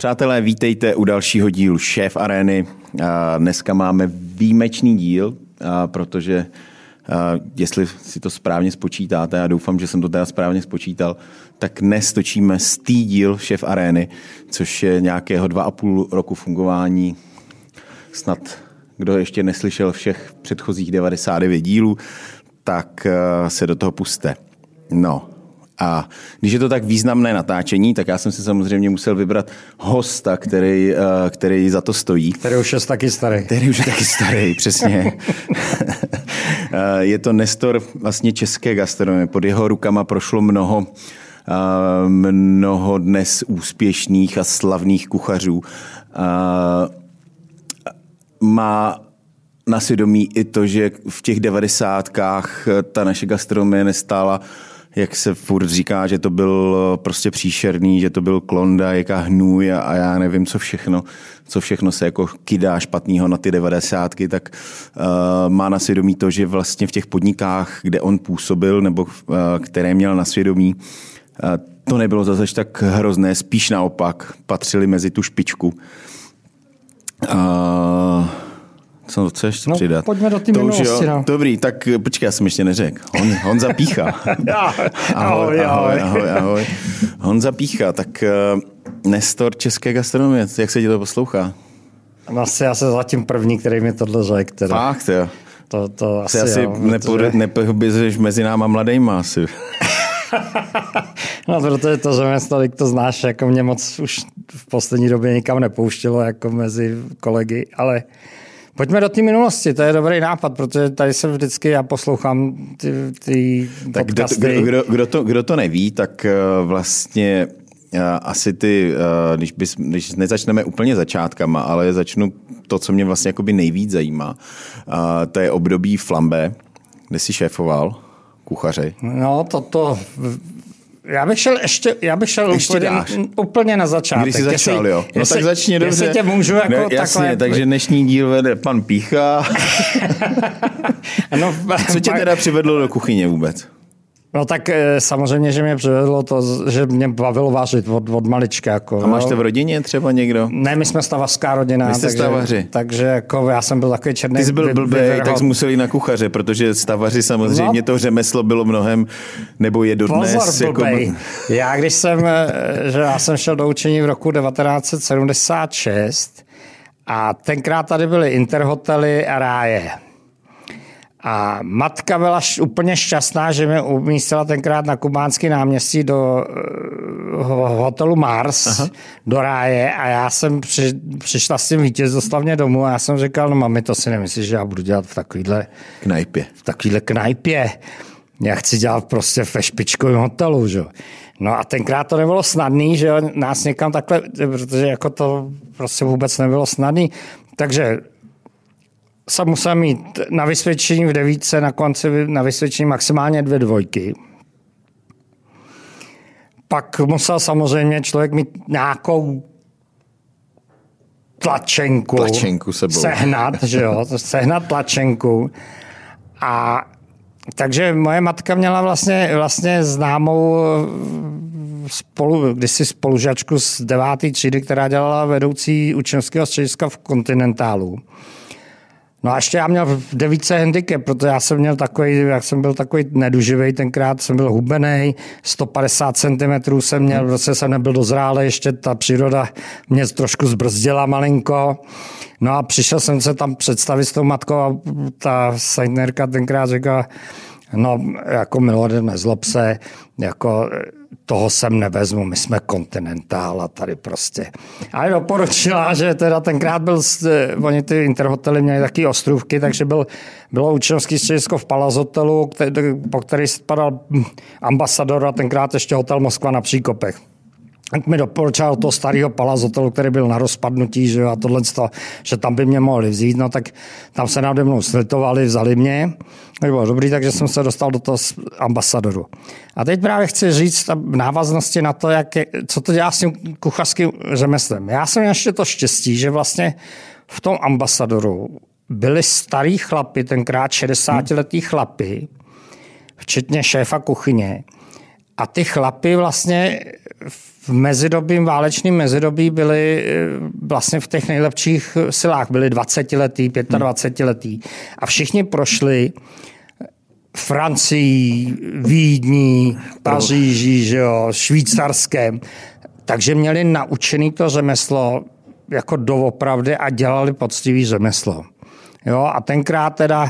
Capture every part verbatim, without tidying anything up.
Přátelé, vítejte u dalšího dílu Šéf Arény. Dneska máme výjimečný díl, protože jestli si to správně spočítáte, já doufám, že jsem to teda správně spočítal, tak dnes točíme stý díl Šéf Arény, což je nějakého dva a půl roku fungování. Snad kdo ještě neslyšel všech předchozích devadesát devět dílů, tak se do toho puste. No. A když je to tak významné natáčení, tak já jsem si samozřejmě musel vybrat hosta, který, který za to stojí. Který už je taky starý. Který už je taky starý, přesně. Je to Nestor vlastně české gastronomie. Pod jeho rukama prošlo mnoho, mnoho dnes úspěšných a slavných kuchařů. Má na svědomí i to, že v těch devadesátkách ta naše gastronomie nestála, jak se furt říká, že to byl prostě příšerný, že to byl klondajk a hnůj a, a já nevím, co všechno, co všechno se jako kydá špatného na ty devadesátky, tak uh, má na svědomí to, že vlastně v těch podnikách, kde on působil nebo uh, které měl na svědomí, uh, to nebylo zase tak hrozné, spíš naopak, patřili mezi tu špičku. Uh, Co chceš no, přidat? Pojďme do té minulosti. No. Dobrý, tak počkej, já jsem ještě neřekl. Hon, Honza Pícha. ahoj, ahoj, ahoj, ahoj, ahoj. Honza Pícha, tak uh, Nestor české gastronomie, jak se ti to poslouchá? No, asi já jsem zatím první, který mi tohle řekl. Teda. Fakt, jo. To, to asi, asi jo, protože... nepobězeš mezi náma mladejma asi. No, protože to řemeslo, to znáš, jako mě moc už v poslední době nikam nepouštilo jako mezi kolegy, ale pojďme do té minulosti, to je dobrý nápad, protože tady se vždycky já poslouchám ty, ty tak podcasty. Kdo, kdo, kdo, to, kdo to neví, tak vlastně asi ty, když, bys, když nezačneme úplně začátkama, ale začnu to, co mě vlastně jakoby nejvíc zajímá, to je období flambé, kde jsi šéfoval kuchaři. No, toto... Já bych šel ještě, já bych šel úplně, úplně na začátek. Když jsi začal, jestli, jo. No jestli, tak začni dobře. Jestli tě můžu jako no, jasně, takhle... takže dnešní díl vede pan Pícha. no, Co tě teda přivedlo do kuchyně vůbec? No tak samozřejmě, že mě přivedlo to, že mě bavilo vařit od, od malička. Jako, a máš to v rodině třeba někdo? Ne, my jsme stavařská rodina. Vy jste takže, stavaři. Takže jako já jsem byl takový černý. Ty jsi byl blbej, tak jsi musel jít na kuchaře, protože stavaři samozřejmě no, to řemeslo bylo mnohem, nebo je dodnes. Pozor, blbej. Jako... Já když jsem, že já jsem šel do učení v roku devatenáct set sedmdesát šest a tenkrát tady byly interhotely a ráje. A matka byla úplně šťastná, že mě umístila tenkrát na Kubánský náměstí do uh, hotelu Mars, aha, do ráje a já jsem při, přišla s tím vítězoslavně domů a já jsem říkal, no mami, to si nemyslíš, že já budu dělat v takovýhle knajpě. V takovýhle knajpě. Já chci dělat prostě ve špičkovém hotelu, že? No a tenkrát to nebylo snadný, že nás někam takhle, protože jako to prostě vůbec nebylo snadný. Takže jsem musel mít na vysvědčení v devítce, na konci na vysvědčení maximálně dvě dvojky. Pak musel samozřejmě člověk mít nějakou tlačenku, tlačenku sebou. sehnat, že jo, sehnat tlačenku. A takže moje matka měla vlastně, vlastně známou spolu, kdysi spolužačku z deváté třídy, která dělala vedoucí učňovského střediska v Kontinentálu. No a ještě já měl v devítce handicap, protože já jsem měl takový, jak jsem byl takový neduživej, tenkrát jsem byl hubenej, sto padesát centimetrů jsem měl, prostě jsem nebyl dozrálý, ještě ta příroda mě trošku zbrzdila malinko. No a přišel jsem se tam představit s tou matkou a ta sejtnerka tenkrát řekla, no jako Milode, nezlob se, jako toho sem nevezmu, my jsme Continental a tady prostě. Ale doporučila, že teda tenkrát byl, oni ty interhotely měli taky ostrůvky, takže byl, bylo učňovský středisko v Palaz hotelu, který, po který spadal Ambasador a tenkrát ještě hotel Moskva na Příkopech. Tak mi doporučil toho starého Palaz hotelu, který byl na rozpadnutí, že, a tohle, že tam by mě mohli vzít, no tak tam se nade mnou slitovali, vzali mě. To bylo dobrý, takže jsem se dostal do toho Ambasadoru. A teď právě chci říct v návaznosti na to, jak je, co to dělá s tím kuchařským řemeslem. Já jsem ještě to štěstí, že vlastně v tom Ambasadoru byli starý chlapi, tenkrát šedesátiletý chlapi, včetně šéfa kuchyně. A ty chlapy vlastně v mezidobím, válečným mezidobí byli vlastně v těch nejlepších silách, byli dvacetiletí, pětadvacetiletí a všichni prošli Francii, Vídní, Paříží, že jo, Švýcarském, takže měli naučený to řemeslo jako doopravdy a dělali poctivý řemeslo. Jo, a tenkrát teda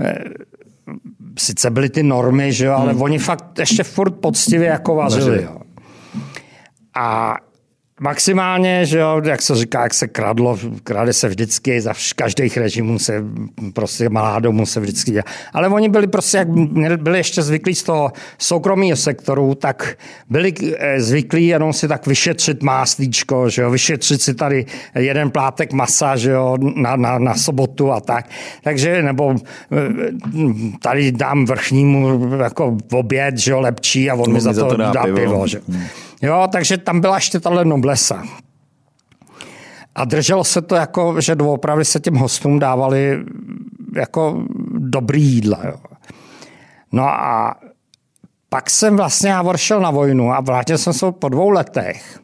sice byly ty normy, že jo, ale hmm. oni fakt ještě furt poctivě jako vařili. Jo. A maximálně, že jo, jak se říká, jak se kradlo, krade se vždycky, za každých režimů se prostě malá domů se vždycky dělá. Ale oni byli prostě, jak byli ještě zvyklí z toho soukromého sektoru, tak byli zvyklí jenom si tak vyšetřit máslíčko, že jo, vyšetřit si tady jeden plátek masa, že jo, na, na, na sobotu a tak. Takže, nebo tady dám vrchnímu jako oběd, že jo, lepší a on mi za to, to dá, dá pivo, pivo že jo. Jo, takže tam byla ještě tahle noblesa. A drželo se to jako, že doopravdy se těm hostům dávali jako dobrý jídla. Jo. No a pak jsem vlastně já odšel na vojnu a vrátil jsem se po dvou letech.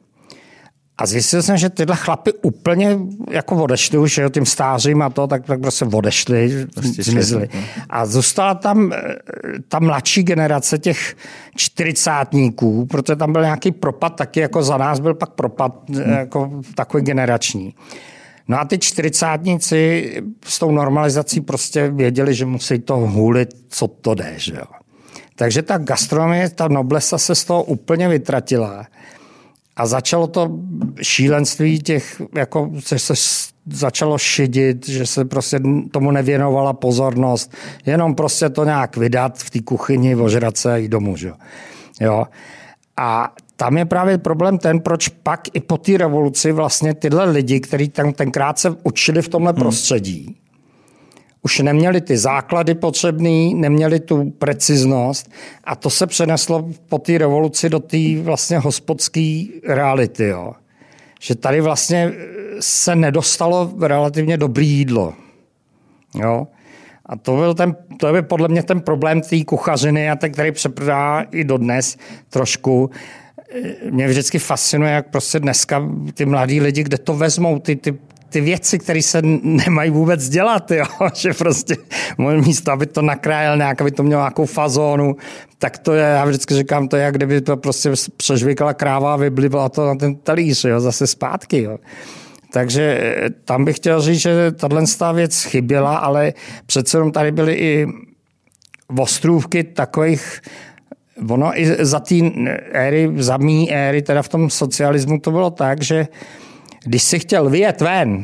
A zjistil jsem, že tyhle chlapy úplně jako odešli už, jo, tím stářím a to, tak, tak prostě odešli, prostě zmizli. A zůstala tam ta mladší generace těch čtyřicátníků, protože tam byl nějaký propad, taky jako za nás byl pak propad hmm. jako takový generační. No a ty čtyřicátníci s tou normalizací prostě věděli, že musí to hulit, co to jde, že jo. Takže ta gastronomie, ta noblesa se z toho úplně vytratila. A začalo to šílenství těch, jako se začalo šidit, že se prostě tomu nevěnovala pozornost, jenom prostě to nějak vydat v té kuchyni, ožrat se a jít domů. Že? Jo. A tam je právě problém ten, proč pak i po té revoluci vlastně tyhle lidi, kteří tam tenkrát se učili v tomhle hmm. prostředí, už neměli ty základy potřebný, neměli tu preciznost a to se přeneslo po té revoluci do té vlastně hospodské reality. Jo. Že tady vlastně se nedostalo relativně dobrý jídlo. Jo. A to byl, ten, to byl podle mě ten problém té kuchařiny, a ten, který přepadá i dodnes trošku. Mě vždycky fascinuje, jak prostě dneska ty mladí lidi, kde to vezmou, ty, ty ty věci, které se nemají vůbec dělat, jo? Že prostě místo, aby to nakrájel nějak, aby to mělo nějakou fazónu, tak to je, já vždycky říkám, to je, jak kdyby to prostě přežvykala kráva a vyblibla to na ten talíř, jo? Zase zpátky. Jo? Takže tam bych chtěl říct, že tato věc chyběla, ale přece jenom tady byly i ostrůvky takových. Ono i za té éry, za mý éry, teda v tom socialismu to bylo tak, že když si chtěl vyjet ven,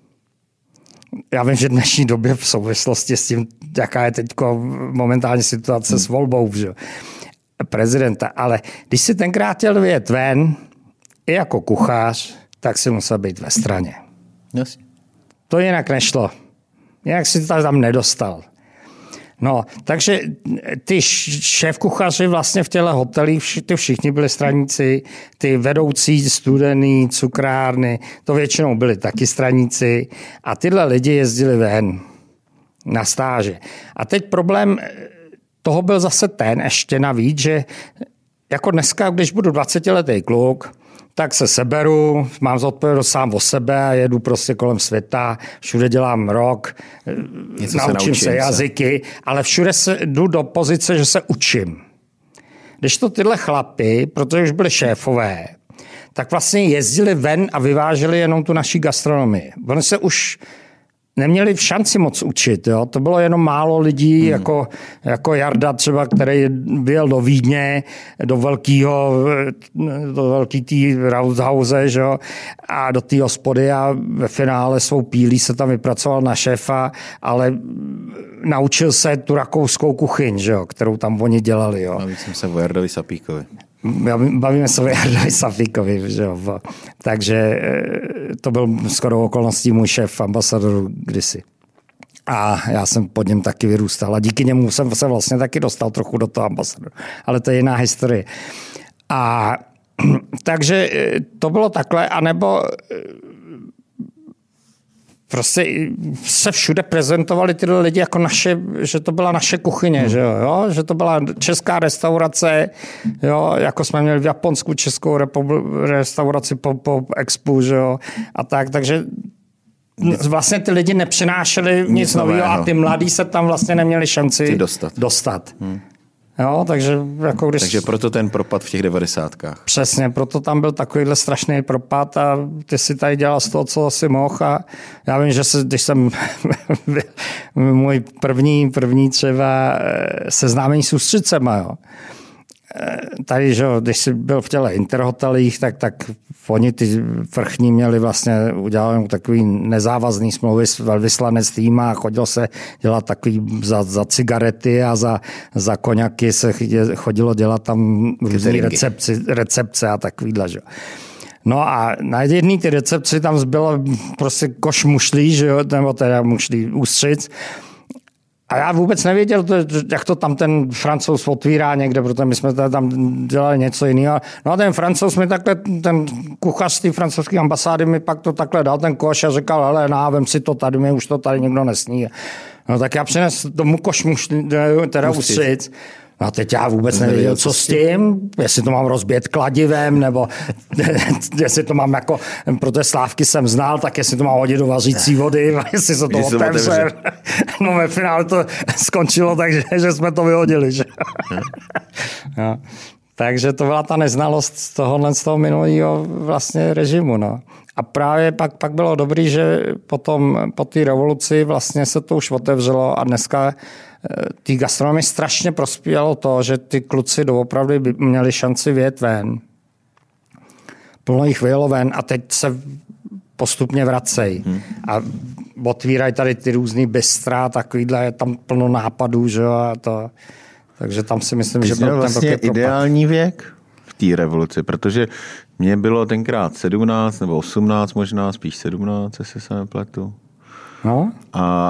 já vím, že v dnešní době v souvislosti s tím, jaká je teď momentální situace hmm. s volbou, že? Prezidenta, ale když si tenkrát chtěl vyjet ven, i jako kuchař, tak si musel být ve straně. Yes. To jinak nešlo. Jinak si to tam nedostal. No, takže ty šéfkuchaři vlastně v těle hotelích, ty všichni byli straníci, ty vedoucí studený, cukrárny, to většinou byli taky straníci a tyhle lidi jezdili ven na stáže. A teď problém toho byl zase ten ještě navíc, že jako dneska, když budu dvacetiletý kluk, tak se seberu, mám zodpovědnost sám o sebe a jedu prostě kolem světa, všude dělám rok, Něco naučím se, se jazyky, se. ale všude se, jdu do pozice, že se učím. Když to tyhle chlapy, protože už byli šéfové, tak vlastně jezdili ven a vyváželi jenom tu naší gastronomii. Oni se už neměli v šanci moc učit. Jo? To bylo jenom málo lidí, hmm. jako, jako Jarda třeba, který byl do Vídně, do velkého, do velký tý Roundhouse, že jo? A do té hospody a ve finále svou pílí se tam vypracoval na šéfa, ale naučil se tu rakouskou kuchyň, že jo? Kterou tam oni dělali. Jo? Bavím jsem se o Jardovi Sapíkovi. Bavíme se o Jardovi Safíkovi. Že jo? Takže to byl skoro okolností můj šéf ambasadoru kdysi. A já jsem pod něm taky vyrůstal. A díky němu jsem se vlastně taky dostal trochu do toho ambasadoru. Ale to je jiná historie. A takže to bylo takhle, anebo prostě se všude prezentovali tyhle lidi jako naše, že to byla naše kuchyně, hmm. že, jo, jo, že to byla česká restaurace, jo, jako jsme měli v Japonsku českou republi- restauraci po, po expu, že jo, a tak, takže vlastně ty lidi nepřinášeli nic, nic nového a ty mladí se tam vlastně neměli šanci dostat. dostat. Hmm. Jo, takže, jako když... takže proto ten propad v těch devadesátkách. Přesně, proto tam byl takovýhle strašný propad a ty si tady dělal z toho, co si mohl a já vím, že se, když jsem můj první, první třeba seznámení s ústřicema, jo. Tady, že když jsi byl v těle interhotelích, tak, tak oni ty vrchní měli vlastně udělat takový nezávazný smlouvy s velvyslanectvím a chodilo se dělat takový za, za cigarety a za, za koňaky se chodilo dělat tam různý recepci, recepce a takovýhle, že. No a na jedné ty recepci tam zbylo prostě koš mušlí, že jo, nebo teda mušlí ústřic. A já vůbec nevěděl, jak to tam ten Francouz otvírá někde, protože my jsme tam dělali něco jiného. No a ten Francouz mi takhle, ten kuchař z té francouzské ambasády mi pak to takhle dal ten koš a říkal, hele, ná, vem si to tady, mi už to tady nikdo nesní. No tak já přines domů koš mušlí, teda ústřic. No a teď já vůbec nevěděl, co s tím, jestli to mám rozbět kladivem, nebo jestli to mám jako, protože slávky jsem znal, tak jestli to mám hodit do vařící vody, jestli se to otevře. No ve finále to skončilo, takže že jsme to vyhodili. Že? No. Takže to byla ta neznalost z tohohle z toho minulého vlastně režimu. No. A právě pak, pak bylo dobrý, že potom po té revoluci vlastně se to už otevřelo a dneska té gastronomii strašně prospělo to, že ty kluci doopravdy měli šanci vyjet ven. Plno jich vyjelo ven a teď se postupně vracejí. Hmm. A otvírají tady ty různý bystra, takovýhle, je tam plno nápadů, že jo, a to. Takže tam si myslím, ty že byl vlastně ten ideální věk v té revoluci, protože mě bylo tenkrát sedmnáct nebo osmnáct možná, spíš sedmnáct, jestli se nepletu. No? A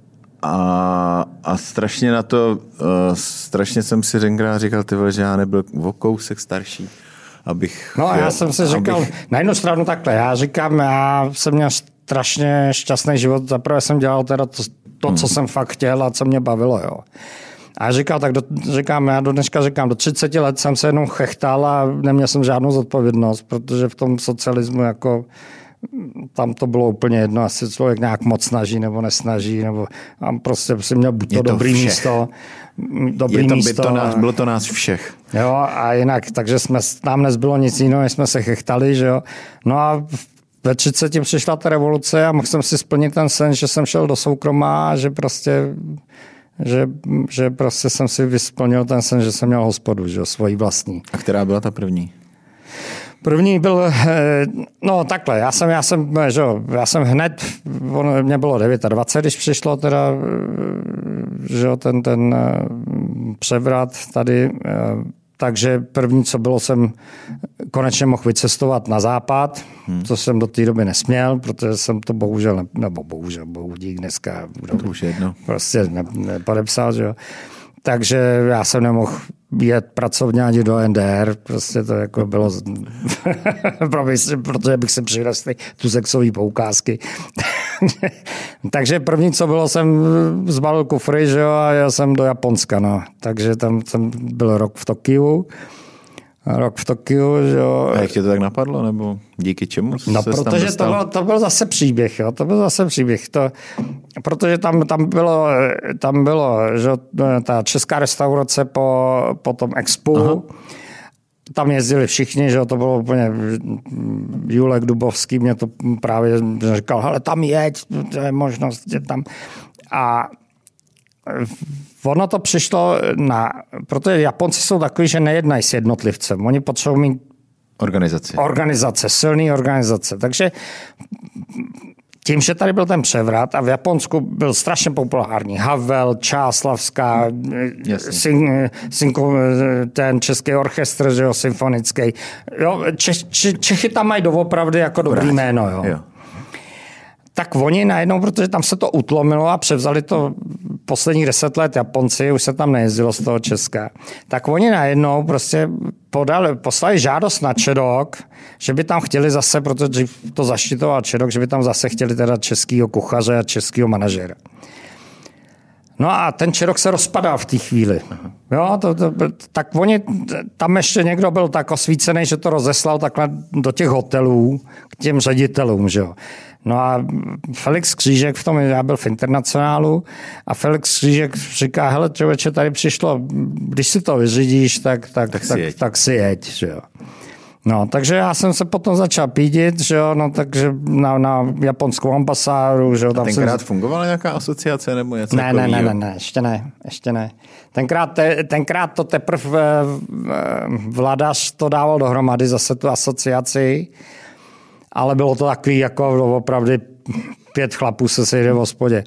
A, a strašně na to, uh, strašně jsem si tenkrát říkal, ty vole, že já nebyl o kousek starší, abych... No a já jsem si říkal, abych... na jednu stranu takhle, já říkám, já jsem měl strašně šťastný život, zaprvé jsem dělal teda to, to hmm. co jsem fakt chtěl a co mě bavilo, jo. A já říkal, tak do, říkám, já do dneška říkám, do třiceti let jsem se jenom chechtal a neměl jsem žádnou zodpovědnost, protože v tom socialismu jako... Tam to bylo úplně jedno, asi člověk nějak moc snaží nebo nesnaží, nebo prostě si měl buď to, to dobrý všech. místo, dobrý Je to, místo. To nás, bylo to nás všech. Jo, a jinak, takže jsme, nám nezbylo nic jiného, než jsme se chechtali, že jo. No a ve třiceti přišla ta revoluce a mohl jsem si splnit ten sen, že jsem šel do soukromá a že prostě, že, že prostě jsem si vysplnil ten sen, že jsem měl hospodu, že jo, svoji vlastní. A která byla ta první? První byl, no takhle, já jsem, já jsem, že jo, já jsem hned, ono, mě bylo dvacet devět, když přišlo teda, že jo, ten, ten převrat tady, takže první, co bylo, jsem konečně mohl vycestovat na západ, hmm. co jsem do té doby nesměl, protože jsem to bohužel, ne, nebo bohužel, bohudík dneska, to už jedno. Prostě ne, nepodepsal, že jo. Takže já jsem nemohl jet pracovně ani do N D R, prostě to jako bylo, protože bych si přinesl tu sexové poukázky. Takže první, co bylo, jsem zbalil kufry, že jo, a jel jsem do Japonska, no. Takže tam jsem byl rok v Tokiu. Rok v Tokiu, že jo. A jak tě to tak napadlo, nebo díky čemu? No, protože to byl, to byl zase příběh, jo, to byl zase příběh. To, protože tam, tam bylo, tam bylo, že ta česká restaurace po, po tom expu, aha. Tam jezdili všichni, že to bylo úplně, Julek Dubovský mě to právě říkal, hele, tam jeď, to je možnost, je tam. A ono to přišlo na, protože Japonci jsou takový, že nejednají s jednotlivcem. Oni potřebují mít organizaci. Organizace, silný organizace. Takže tím, že tady byl ten převrat a v Japonsku byl strašně populární Havel, Čáslavská, syn, syn, ten český orchestr, že jo, symfonický. Jo, Čech, Čechy tam mají doopravdy jako dobrý jméno. Jo. Jo. Tak oni najednou, protože tam se to utlomilo a převzali to posledních deset let Japonci, už se tam nejezdilo z toho Česka, tak oni najednou prostě podali, poslali žádost na Čedok, že by tam chtěli zase, protože to zaštitoval Čedok, že by tam zase chtěli teda českýho kuchaře a českýho manažera. No a ten Čedok se rozpadal v té chvíli. Jo, to, to, tak oni, tam ještě někdo byl tak osvícený, že to rozeslal takhle do těch hotelů k těm ředitelům, že jo. No a Felix Křížek v tom, já byl v Internacionálu a Felix Křížek říká, hele člověče, tady přišlo, když si to vyřídíš, tak, tak, tak, tak, tak, tak si jeď, že jo. No, takže já jsem se potom začal pídit, že jo, no, takže na, na japonskou ambasádu, že jo. Tam a tenkrát jsem... fungovala nějaká asociace nebo něco ne, ne, ne, ne, ne, ještě ne, ještě ne. Tenkrát, te, tenkrát to teprve Vladař to dával dohromady zase tu asociaci, ale bylo to takový, jako opravdu pět chlapů se sejde v hospodě.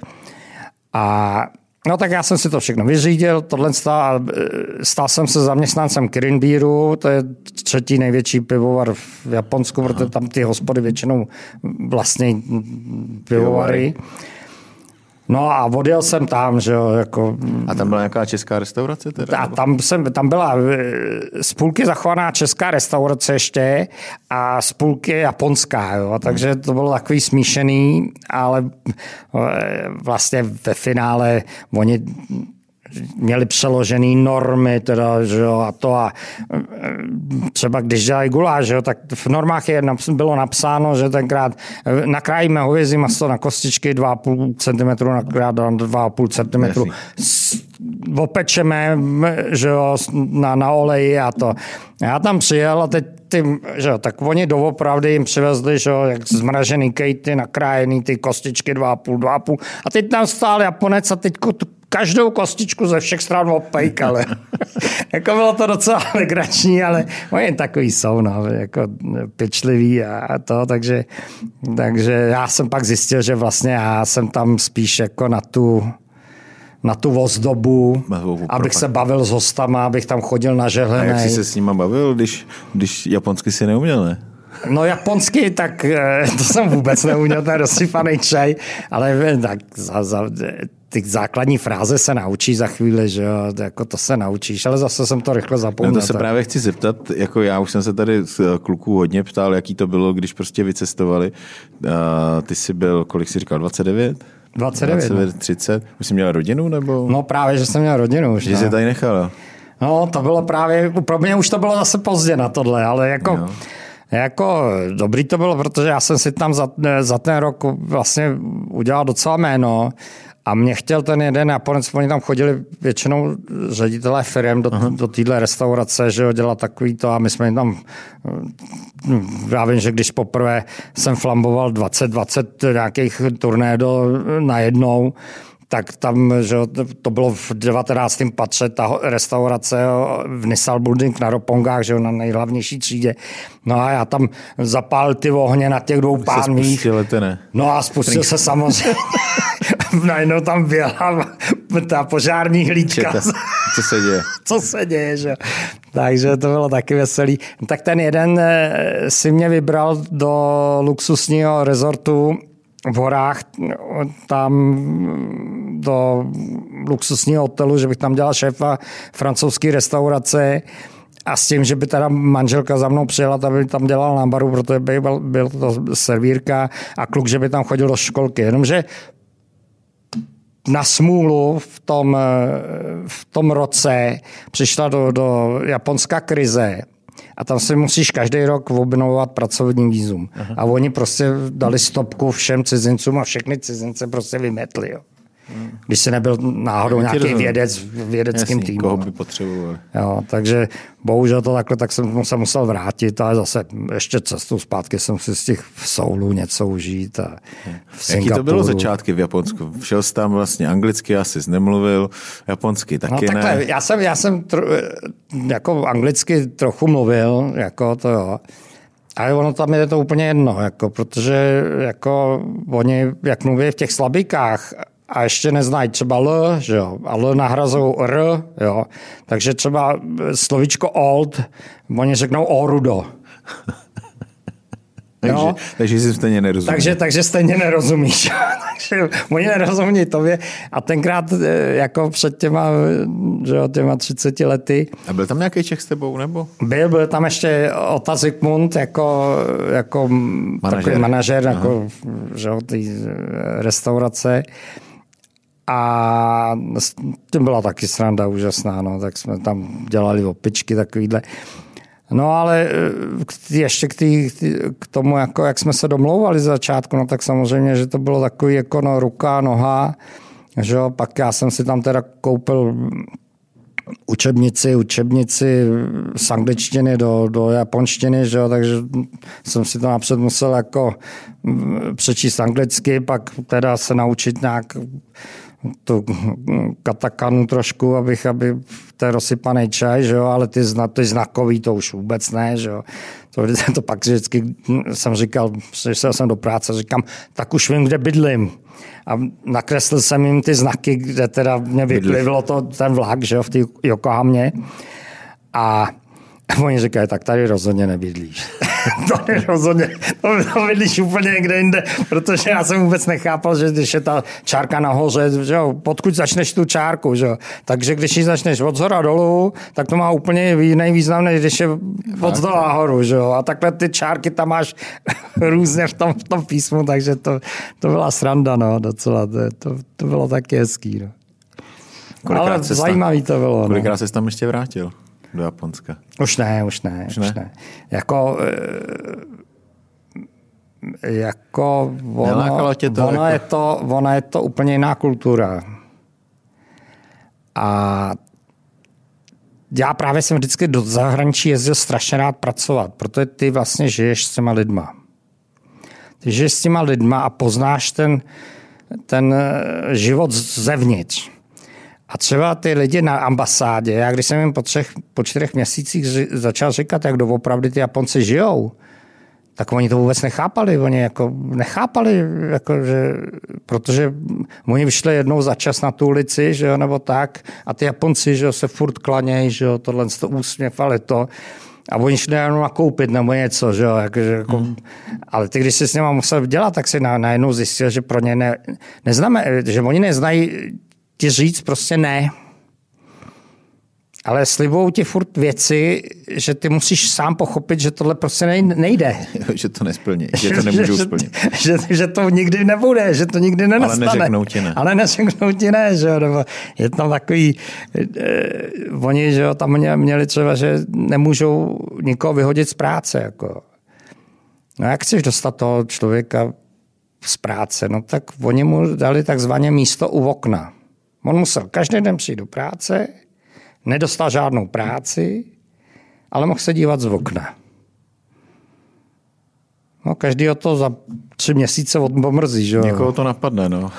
A no tak já jsem si to všechno vyřídil, tohle stal, stal jsem se zaměstnancem Kirin Beeru, to je třetí největší pivovar v Japonsku, Aha. protože tam ty hospody většinou vlastní pivovary. No a odjel jsem tam, že jo, jako... A tam byla nějaká česká restaurace teda? A tam, jsem, tam byla z půlky zachovaná česká restaurace ještě a z půlky japonská, jo, takže to bylo takový smíšený, ale vlastně ve finále oni měli přeložený normy, teda, že jo, a to a třeba když dělají guláš, že jo, tak v normách je, bylo napsáno, že tenkrát nakrájíme hovězí maso na kostičky dva a půl centimetru na dva a půl centimetru. Opečeme, že jo, na, na oleji a to. Já tam přijel a teď ty, že jo, tak oni doopravdy jim přivezli, že jo, jak zmražený kejty, nakrájený ty kostičky dva a půl, dva a půl. A teď tam stál Japonec a teď každou kostičku ze všech stran opejkali. Jako bylo to docela legrační, ale oni takový jsou, no, jako pečlivý a to, takže, takže já jsem pak zjistil, že vlastně já jsem tam spíš jako na tu na tu ozdobu, abych se bavil s hostama, abych tam chodil na žehlenej. A jak jsi se s nima bavil, když, když japonsky si neuměl, ne? No japonsky, tak to jsem vůbec neuměl, ten rozsypaný čaj, ale tak za, za, ty základní fráze se naučí za chvíli, že jo, jako to se naučíš, ale zase jsem to rychle zapomněl. No to se právě chci zeptat, jako já už jsem se tady s kluků hodně ptal, jaký to bylo, když prostě vycestovali. Ty jsi byl, kolik jsi říkal, dvacet devět? dvacet devět, dvacet devět třicet. Už jsi měl rodinu, nebo? No právě, že jsem měl rodinu už. Že jsi tady nechal? No to bylo právě, pro mě už to bylo zase pozdě na tohle, ale jako... No. Jako dobrý to bylo, protože já jsem si tam za, za ten rok vlastně udělal docela jméno a mě chtěl ten jeden Japonec, oni tam chodili většinou ředitelé firem do, do téhle restaurace, že jo, dělat takový to a my jsme tam, já vím, že když poprvé jsem flamboval dvacet dvacet nějakých turné do, najednou, tak tam, že to bylo v devatenáctém patře, ta restaurace v Nissal Building na Ropongách, že na nejhlavnější třídě. No a já tam zapálil ty ohně na těch dvou pánvích. No a spustil se samozřejmě. Najednou tam běhla ta požární hlídka. Co se děje? Co se děje, že? Takže to bylo taky veselý. Tak ten jeden si mě vybral do luxusního rezortu v horách, tam do luxusního hotelu, že bych tam dělal šéfa francouzské restaurace a s tím, že by teda manželka za mnou přijela, aby tam dělal na baru, protože by byl, byl to servírka a kluk, že by tam chodil do školky. Jenomže na smůlu v tom, v tom roce přišla do, do japonská krize a tam si musíš každý rok obnovovat pracovní vízum. Aha. A oni prostě dali stopku všem cizincům a všechny cizince prostě vymetli. Jo. Když se nebyl náhodou nějaký rozumím. vědec v vědeckém týmu. Koho by potřeboval. Jo, takže bohužel to takhle, tak jsem se musel vrátit, ale zase ještě cestou zpátky jsem si z těch v Soulu něco užít. A v Singapuru. Jaký to bylo začátky v Japonsku? Šel jsi tam vlastně anglicky, asi jsi nemluvil, japonsky taky no, takhle, ne. Já jsem, já jsem tro, jako anglicky trochu mluvil, jako to jo. Ale ono tam je to úplně jedno, jako, protože jako oni, jak mluví v těch slabikách, a ještě neznají třeba L, že jo, a L nahrazují R, jo. Takže třeba slovíčko old, oni řeknou orudo. takže, no, takže si stejně nerozumí. Takže, takže stejně nerozumíš. takže oni nerozumí tobě. A tenkrát jako před těma, že jo, těma třiceti lety. A byl tam nějaký Čech s tebou, nebo? Byl, byl tam ještě Ota Zikmund jako, jako manažer. Takový manažer jako, že jo, té restaurace. A tím byla taky sranda úžasná, no, tak jsme tam dělali opičky takovýhle. No ale ještě k, tý, k tomu, jako, jak jsme se domlouvali z začátku, no tak samozřejmě, že to bylo takový jako no, ruka, noha, že jo, pak já jsem si tam teda koupil učebnici, učebnici z angličtiny do, do japonštiny, že jo, takže jsem si to napřed musel jako přečíst anglicky, pak teda se naučit nějak tu katakanu trošku, abych, aby ten rozsypaný čaj, že jo, ale ty, zna, ty znakový to už vůbec ne, že jo. To, to pak vždycky jsem říkal, přišel jsem do práce, říkám, tak už vím, kde bydlím. A nakreslil jsem jim ty znaky, kde teda mě vyplivilo to, ten vlak, že jo, v té Yokohamě. A oni říkají, tak tady rozhodně nebydlíš. Tady rozhodně, to bydlíš úplně někde jinde, protože já jsem vůbec nechápal, že když je ta čárka nahoře, že jo, podkud začneš tu čárku, že jo. Takže když ji začneš od zhora dolů, tak to má úplně jiný význam, než když je od zdola nahoru, že jo. A takhle ty čárky tam máš různě v tom, v tom písmu, takže to, to byla sranda, no, docela. To, to, to bylo taky hezký, no. Kolikrát ale zajímavý to bylo. Kolikrát no. jsi tam ještě vrátil? Do Japonska. Už ne, už ne, už ne. Už ne. Jako, jako ono, tě to, ono, jako... je to, ono je to úplně jiná kultura. A já právě jsem vždycky do zahraničí jezdil strašně rád pracovat, protože ty vlastně žiješ s těma lidma. Ty žiješ s těma lidma a poznáš ten, ten život zevnitř. A třeba ty lidi na ambasádě, já když jsem jim po, třech, po čtyřech měsících začal říkat, jak doopravdy ty Japonci žijou, tak oni to vůbec nechápali. Oni jako nechápali, jako že, protože oni vyšli jednou za čas na tu ulici, že jo, nebo tak, a ty Japonci, že jo, se furt klanějí, že jo, tohle to úsměv, ale to. A oni šli jenom nakoupit nebo něco, že jo, jako, jako, hmm. ale ty, když jsi s nima musel dělat, tak si na, najednou zjistil, že pro ně ne, neznáme, že oni neznají ti říct prostě ne. Ale slibujou ti furt věci, že ty musíš sám pochopit, že tohle prostě nejde. Že to nesplní, že to nemůžou splnit. Že, že, že to nikdy nebude, že to nikdy nenastane. Ale neřeknou ti ne. Ale neřeknou ti ne, že jo. Nebo je tam takový, eh, oni, že jo, tam měli třeba, že nemůžou nikoho vyhodit z práce. Jako. No jak chceš dostat toho člověka z práce? No tak oni mu dali takzvaně místo u okna. On musel každý den přijít do práce, nedostal žádnou práci, ale mohl se dívat z okna. No, každý o to za tři měsíce odmrzí, že jo? Někoho to napadne, no.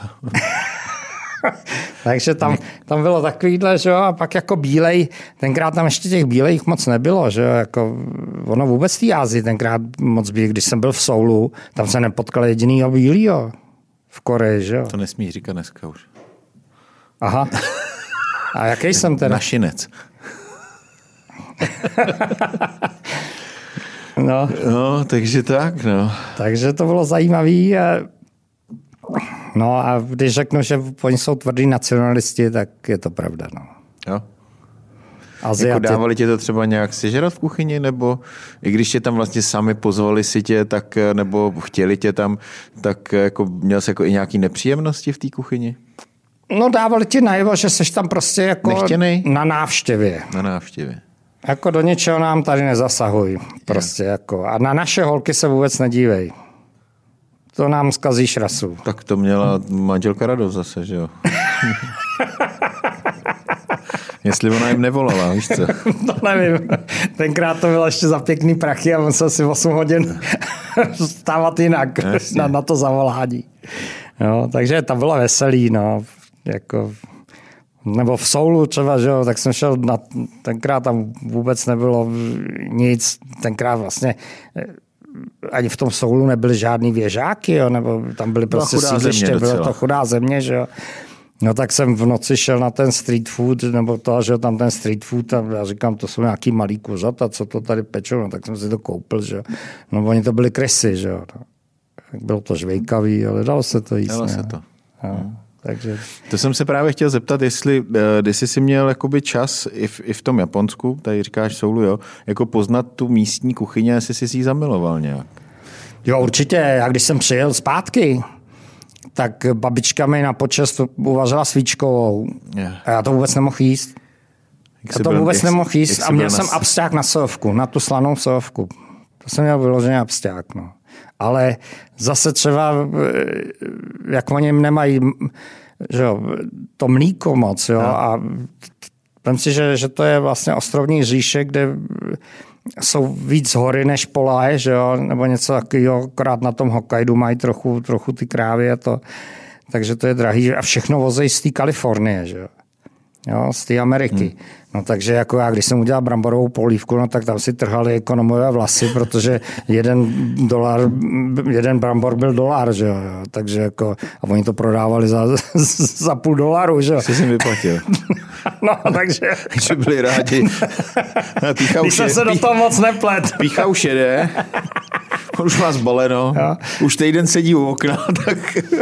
Takže tam, tam bylo takovýhle, že jo, a pak jako bílej, tenkrát tam ještě těch bílejch moc nebylo, že jo, jako ono vůbec v té Asii tenkrát moc bílý, když jsem byl v Soulu, tam se nepotkal jedinýho bílýho v Koreji, že jo. To nesmíš říkat dneska už. Aha. A jaký jsem teda? Našinec. no. no, takže tak, no. Takže to bylo zajímavý. No a když řeknu, že oni jsou tvrdí nacionalisti, tak je to pravda, no. Jo. Aziati... Jako dávali tě to třeba nějak sežrat v kuchyni, nebo i když tě tam vlastně sami pozvali si tě, tak, nebo chtěli tě tam, tak jako měl jsi jako i nějaký nepříjemnosti v té kuchyni? No dávali ti najevo, že seš tam prostě jako nechtěnej? Na návštěvě. Na návštěvě. Jako do něčeho nám tady nezasahuj. Prostě jako. A na naše holky se vůbec nedívej. To nám zkazíš rasu. Tak to měla manželka radost zase, že jo? Jestli ona jim nevolala, víš co? To nevím. Tenkrát to bylo ještě za pěkný prachy a musel si osm hodin stávat jinak na, na to zavolání. Jo, takže to bylo veselý, no. Jako, nebo v Soulu třeba, že jo, tak jsem šel na, tenkrát tam vůbec nebylo nic, tenkrát vlastně ani v tom Soulu nebyly žádný věžáky, jo, nebo tam byly prostě sídliště, bylo to chudá země, že jo. No tak jsem v noci šel na ten street food, nebo to, že tam ten street food a já říkám, to jsou nějaký malý kuřata, co to tady pečou, no tak jsem si to koupil, že jo. No oni to byly krysy, že jo. No. Bylo to žvejkavý, ale dalo se to jíst. Dalo ne? se to. No, takže... To jsem se právě chtěl zeptat, jestli když jsi si měl jakoby čas i v, i v tom Japonsku, tady říkáš Soulu, jo, jako poznat tu místní kuchyně, jestli jsi si ji zamiloval nějak. Jo, určitě. Já když jsem přijel zpátky, tak babička mi na počest uvařila svíčkovou. Yeah. A já to vůbec nemohl jíst. Já to byl, vůbec jak, nemohl jíst a měl jsem nas... absťák na sojovku, na tu slanou sojovku. To jsem měl vyloženě absťák. No. Ale zase třeba, jak oni nemají že jo, to mlíko moc. Jo, yeah. A myslím si, že, že to je vlastně ostrovní říše, kde jsou víc hory než polaje, že jo, nebo něco takového, akorát na tom Hokkaidu mají trochu, trochu ty krávy a to, takže to je drahý a všechno vozejí z té Kalifornie, že jo. Jo, z té Ameriky. Hmm. No takže jako já, když jsem udělal bramborovou polívku, no tak tam si trhali ekonomové vlasy, protože jeden dolar, jeden brambor byl dolar, že jo. Takže jako, a oni to prodávali za, za půl dolaru, že jo. Jsi si vyplatil. No, takže... Že byli rádi. Když jsem se do toho moc neplet. Pícha už jede. Už má zbaleno. Jo. Už týden sedí u okna, tak...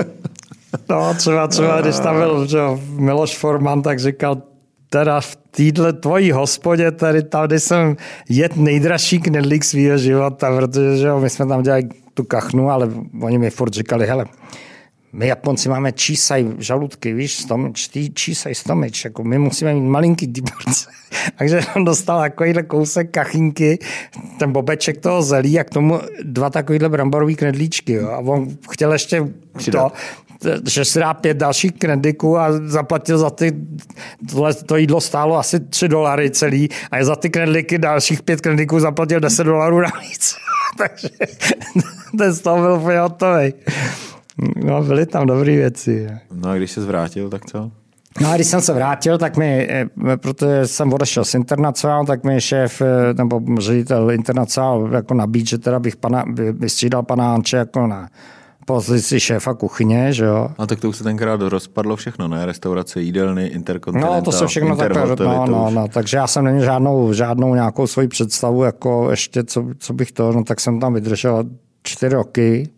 No, třeba, třeba když tam byl že, Miloš Forman, tak říkal, teda v téhle tvojí hospodě, tady tady jsem jet nejdražší knedlík svýho života, protože že, my jsme tam dělali tu kachnu, ale oni mi furt říkali, hele, my Japonci máme čísaj žaludky, víš, stomič, ty čísaj stomič, jako my musíme mít malinký ty porce. Takže on dostal takovýhle kousek kachynky, ten bobeček toho zelí a k tomu dva takovýhle bramborový knedlíčky. Jo. A on chtěl ještě to, že si dá pět dalších knedlíků a zaplatil za ty, tohle, to jídlo stálo asi tři dolary celý a je za ty knedlíky dalších pět knedlíků zaplatil deset dolarů navíc. Takže ten z toho byl úplně hotovej. No, byly tam dobré věci. No a když se zvrátil, tak co? No a když jsem se vrátil, tak mi, protože jsem odešel z Internacionál, tak mi šéf, nebo ředitel Internacionál jako nabídl, že teda bych pana, vystřídal pana Anče jako na pozici šéfa kuchyně, že jo. A tak to už se tenkrát rozpadlo všechno, ne? Restaurace, jídelny, Intercontinental, no, to se všechno takhle, no, no, no, takže já jsem neměl žádnou, žádnou nějakou svoji představu, jako ještě, co, co bych to, no tak jsem tam vydržel čtyři roky.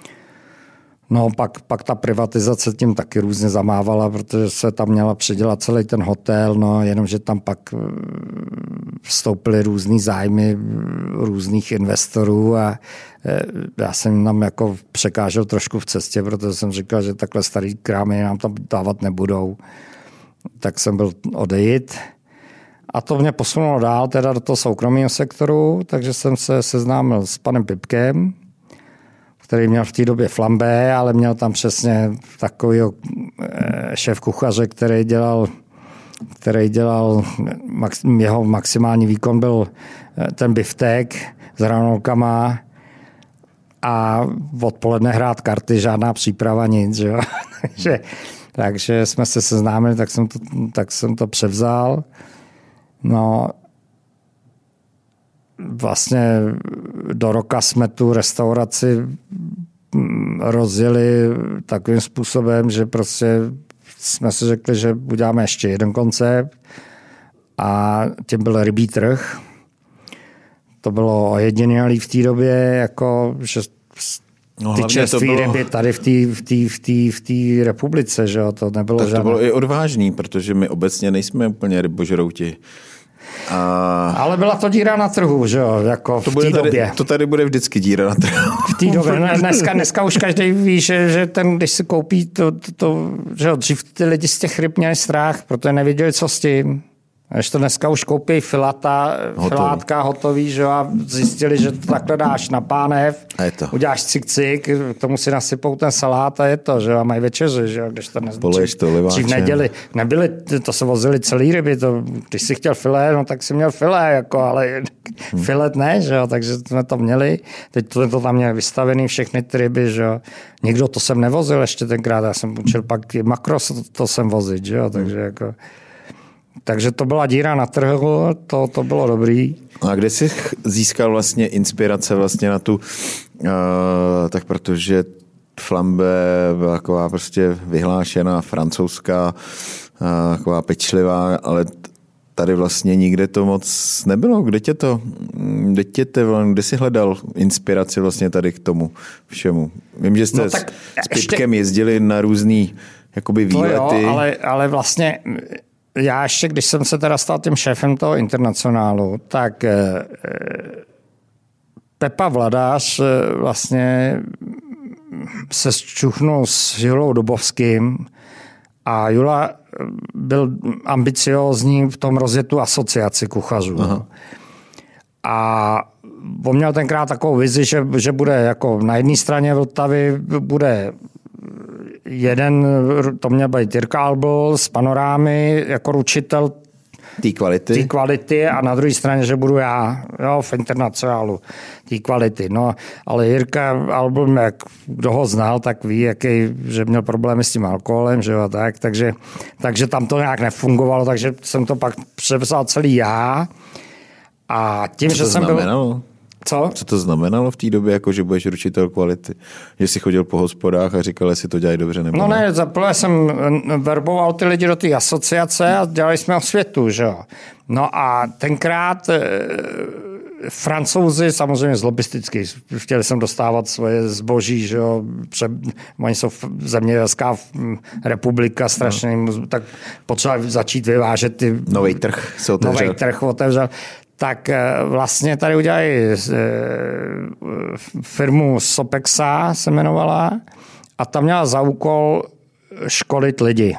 No pak, pak ta privatizace tím taky různě zamávala, protože se tam měla předělat celý ten hotel, no jenomže tam pak vstoupily různý zájmy různých investorů a já jsem tam jako překážel trošku v cestě, protože jsem říkal, že takhle starý krámy nám tam dávat nebudou. Tak jsem byl odejít. A to mě posunulo dál teda do toho soukromého sektoru, takže jsem se seznámil s panem Pipkem, který měl v té době flambé, ale měl tam přesně takovýho šéf kuchaře, který dělal, který dělal, jeho maximální výkon byl ten biftek s hranolkama a odpoledne hrát karty, žádná příprava, nic. Že jo? takže, takže jsme se seznámili, tak jsem to, tak jsem to převzal. No, vlastně do roka jsme tu restauraci rozjeli takovým způsobem, že prostě jsme si řekli, že uděláme ještě jeden koncept a tím byl rybí trh. To bylo ojedinělý v té době, jako, že no, ty čerství bylo... ryby tady v té v té, v té, v té republice, že jo, to nebylo tak žádné. To bylo i odvážný, protože my obecně nejsme úplně rybožrouti. A... Ale byla to díra na trhu, že jo, jako to v té době. To tady bude vždycky díra na trhu. V té době. Dneska, dneska už každý ví, že, že ten, když si koupí to, to, to že jo, dřív ty lidi z těch ryb měli strach, protože nevěděli, co s tím. Až to dneska už koupí filata, hotový. filátka hotový, že jo, a zjistili, že to takhle dáš na pánev, uděláš cik-cik, k tomu si nasypou ten salát a je to, že jo, a mají večeři, že jo, když to dnes, dřív, to dřív neděli, nebyly, to se vozily celý ryby, to, když si chtěl filé, no tak si měl filé, jako, ale hmm. filet ne, že jo, takže jsme to měli, teď to, to tam měli vystavený všechny ty ryby, že jo, někdo to jsem nevozil ještě tenkrát, já jsem učil pak makros, to, to jsem vozit, že jo, takže jako... Takže to byla díra na trhu, to, to bylo dobrý. A kde jsi získal vlastně inspirace vlastně na tu, uh, tak protože flambe byla taková prostě vyhlášená, francouzská, taková pečlivá, ale tady vlastně nikde to moc nebylo. Kde tě to, kde tě to, kde jsi hledal inspiraci vlastně tady k tomu všemu? Vím, že jste no, s, s Pipkem ještě... jezdili na různý jakoby výlety. To jo, ale, ale vlastně já ještě, když jsem se teda stal tím šéfem toho internacionálu, tak eh, Pepa Vladář vlastně se zčuchnul s Julou Dubovským a Jula byl ambiciózní v tom rozjet tu asociaci kuchařů. Aha. A on měl tenkrát takovou vizi, že, že bude jako na jedné straně Vltavy bude jeden, to měl být Jirka Albl z Panorámy jako ručitel té kvality. Té kvality a na druhé straně, že budu já jo, v internacionálu té kvality. No, ale Jirka Albl, jak kdo ho znal, tak ví, jaký, že měl problémy s tím alkoholem, že jo, tak, takže, takže tam to nějak nefungovalo, takže jsem to pak převzal celý já. A tím, Co že to jsem znamenalo? byl... Co? Co to znamenalo v té době, jako že budeš ručitel kvality? Že jsi chodil po hospodách a říkal, jestli to dělají dobře nebo no ne? No ne, zaprvé jsem verboval ty lidi do té asociace a dělali jsme osvětu, že jo. No a tenkrát e, Francouzi samozřejmě z lobisticky, chtěli jsem dostávat svoje zboží, že jo, pře, oni jsou zemědělská republika strašně, no. Tak potřeba začít vyvážet ty... Nový trh se otevřel. Nový trh otevřel. Tak vlastně tady udělali firmu Sopexa, se jmenovala, a tam měla za úkol školit lidi.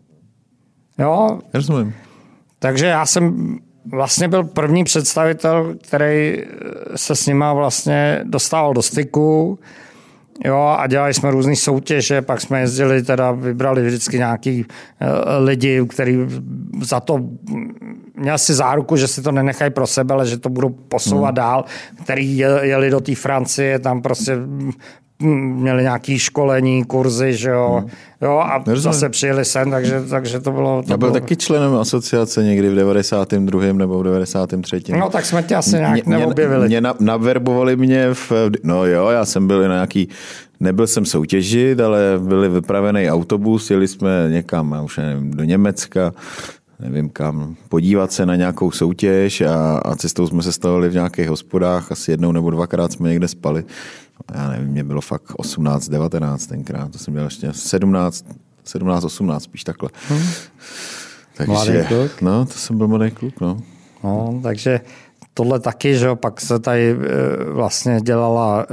Jo? Rozumím. Takže já jsem vlastně byl první představitel, který se s nima vlastně dostával do styku. Jo, a dělali jsme různý soutěže, pak jsme jezdili, teda vybrali vždycky nějaký lidi, kteří za to měl si záruku, že si to nenechají pro sebe, ale že to budou posouvat hmm. dál, který jeli do té Francie, tam prostě měli nějaké školení, kurzy, že jo, hmm. jo a Nerozumím. Zase přijeli sem, takže, takže to bylo... To Já byl bylo... taky členem asociace někdy v devadesátém druhém nebo v devadesátém třetím No tak jsme tě asi nějak mě, neobjevili. Mě na, naverbovali mě v... No jo, já jsem byl na nějaký... Nebyl jsem soutěžit, ale byli vypravený autobus, jeli jsme někam, já už nevím, do Německa, nevím kam, podívat se na nějakou soutěž a, a cestou jsme se stavili v nějakých hospodách, asi jednou nebo dvakrát jsme někde spali. Já nevím, mě bylo fakt osmnáct, devatenáct tenkrát, to jsem měl ještě sedmnáct, sedmnáct, osmnáct, spíš takhle. Hmm. Takže, no, to jsem byl mladý kluk, no. No, takže tohle taky, že jo, pak se tady vlastně dělala,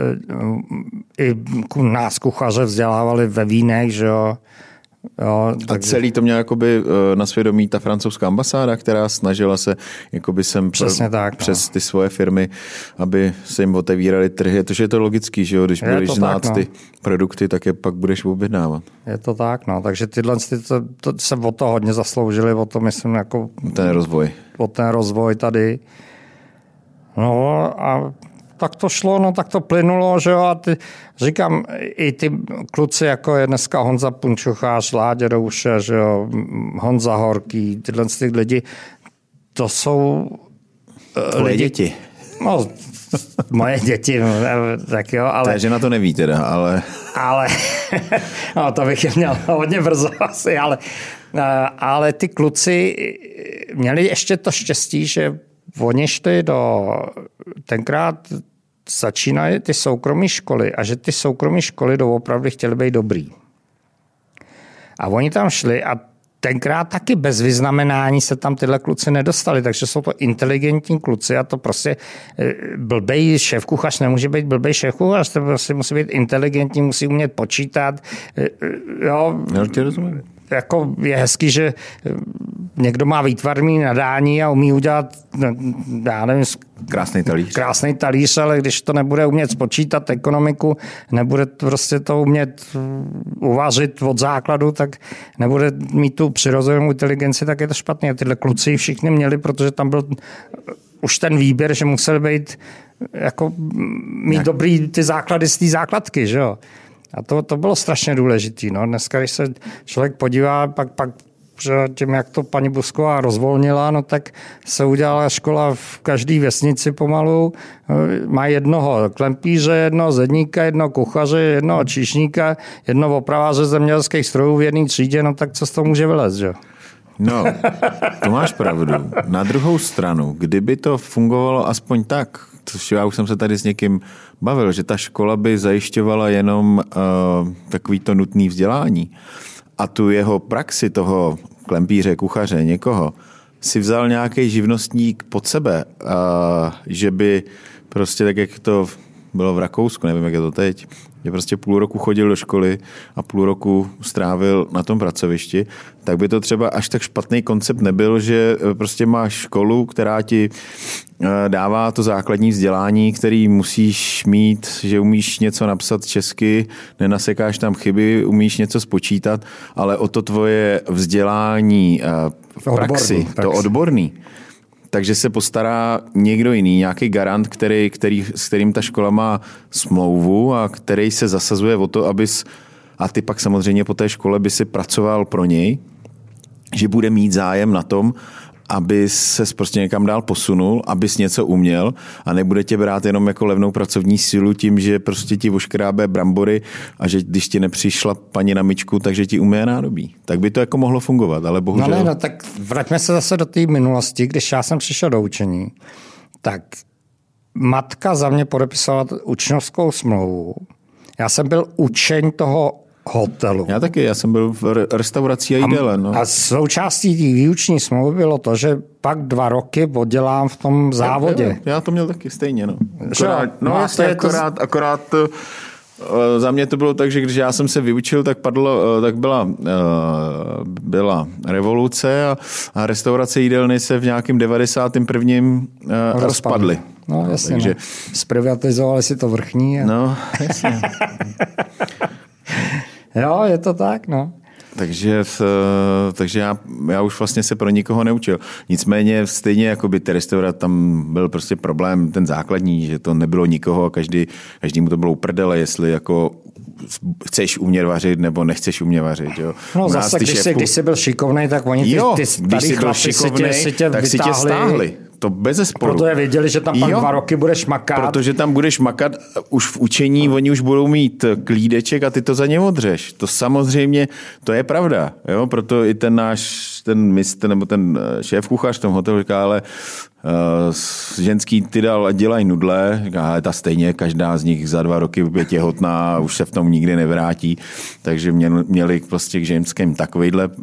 i nás kuchaře vzdělávali ve vínech, že jo. Jo, a celý to měl jakoby na svědomí ta francouzská ambasáda, která snažila se jakoby sem Přesně tak, přes ty svoje firmy, aby se jim otevíraly trhy. Protože je to logický, že jo, když je budeš znát tak, no. ty produkty, tak je pak budeš objednávat. Je to tak, no, takže tyhle ty to, to se o to hodně zasloužili, o to myslím jako... Ten rozvoj. O ten rozvoj tady. No a tak to šlo, no tak to plynulo, že jo, a ty, říkám, i ty kluci, jako je dneska Honza Punčuchář, Láďa Douše, že jo, Honza Horký, tyhle ty lidi, to jsou Tvoje lidi, děti. No, moje děti, tak jo, ale... Ta žena to neví teda, ale... Ale, no to bych je měl hodně brzo asi, ale, ale ty kluci měli ještě to štěstí, že oni šli do, tenkrát začínají ty soukromé školy a že ty soukromé školy doopravdy chtěly být dobrý. A oni tam šli a tenkrát taky bez vyznamenání se tam tyhle kluci nedostali, takže jsou to inteligentní kluci a to prostě blbej šéfkuchař nemůže být blbej šéfkuchař, to prostě musí být inteligentní, musí umět počítat. Jo, Já tě rozumím. Jako je hezký, že někdo má výtvarný nadání a umí udělat, já nevím, krásný talíř. Krásný talíř, ale když to nebude umět spočítat ekonomiku, nebude prostě to umět uvařit od základu, tak nebude mít tu přirozenou inteligenci, tak je to špatně. Tyhle kluci všichni měli, protože tam byl už ten výběr, že museli být jako mít Jak? dobrý ty základy z té základky, že jo. A to, to bylo strašně důležité. No. Dneska, když se člověk podívá, pak, pak že tím, jak to paní Busková rozvolnila, no tak se udělala škola v každé vesnici pomalu. Má jednoho klempíře, jednoho zedníka, jednoho kuchaře, jednoho číšníka, jednoho opraváře zemědělských strojů v jedné třídě, no tak co z toho může vylézt, že? No, to máš pravdu. Na druhou stranu, kdyby to fungovalo aspoň tak, což já už jsem se tady s někým bavil, že ta škola by zajišťovala jenom uh, takový to nutný vzdělání a tu jeho praxi toho klempíře, kuchaře, někoho, si vzal nějaký živnostník pod sebe, uh, že by prostě tak, jak to bylo v Rakousku, nevím, jak je to teď, že prostě půl roku chodil do školy a půl roku strávil na tom pracovišti, tak by to třeba až tak špatný koncept nebyl, že prostě máš školu, která ti dává to základní vzdělání, který musíš mít, že umíš něco napsat česky, nenasekáš tam chyby, umíš něco spočítat, ale o to tvoje vzdělání v praxi, odborný, to odborný, takže se postará někdo jiný, nějaký garant, který, který, s kterým ta škola má smlouvu a který se zasazuje o to, abys, a ty pak samozřejmě po té škole by si pracoval pro něj, že bude mít zájem na tom, aby ses prostě někam dál posunul, abys něco uměl a nebude tě brát jenom jako levnou pracovní sílu tím, že prostě ti oškrábe brambory a že když ti nepřišla paní na myčku, takže ti umyje nádobí. Tak by to jako mohlo fungovat, ale bohužel... No ne, no tak vraťme se zase do té minulosti, když já jsem přišel do učení, tak matka za mě podepisovala učňovskou smlouvu. Já jsem byl učeň toho hotelu. Já taky, já jsem byl v restauraci a jídele. No. A součástí té výuční smlouvy bylo to, že pak dva roky oddělám v tom závodě. Já, já to měl taky stejně. No, akorát, no, no jasně, akorát, to... akorát za mě to bylo tak, že když já jsem se vyučil, tak padlo, tak byla, byla revoluce a, a restaurace jídelny se v nějakém devadesátém prvním rozpadly. No jasně, takže... no. Zprivatizovali si to vrchní. A... No, jasně. Jo, je to tak, no. Takže, takže já, já už vlastně se pro nikoho neučil. Nicméně stejně jako by ty restaurat, tam byl prostě problém ten základní, že to nebylo nikoho a každý, každý mu to bylo uprdele, jestli jako chceš umět vařit nebo nechceš umět vařit. Jo. No zase, když, šéfku... jsi, když jsi byl šikovnej, tak oni ty, jo, ty starý chlapi šikovnej, si tě, si tě tak vytáhli. Si tě stáhli. To bezesporu. Proto je věděli, že tam pak jo, dva roky budeš makat. Protože tam budeš makat už v učení, oni už budou mít klídeček a ty to za ně odřeš. To samozřejmě, to je pravda. Jo? Proto i ten náš, ten mistr, nebo ten šéf kuchař v tom hotelu říká, ale uh, ženský ty dal dělají nudle, říká, ale ta stejně každá z nich za dva roky je těhotná a už se v tom nikdy nevrátí. Takže měli, měli prostě k ženským takovejhle uh,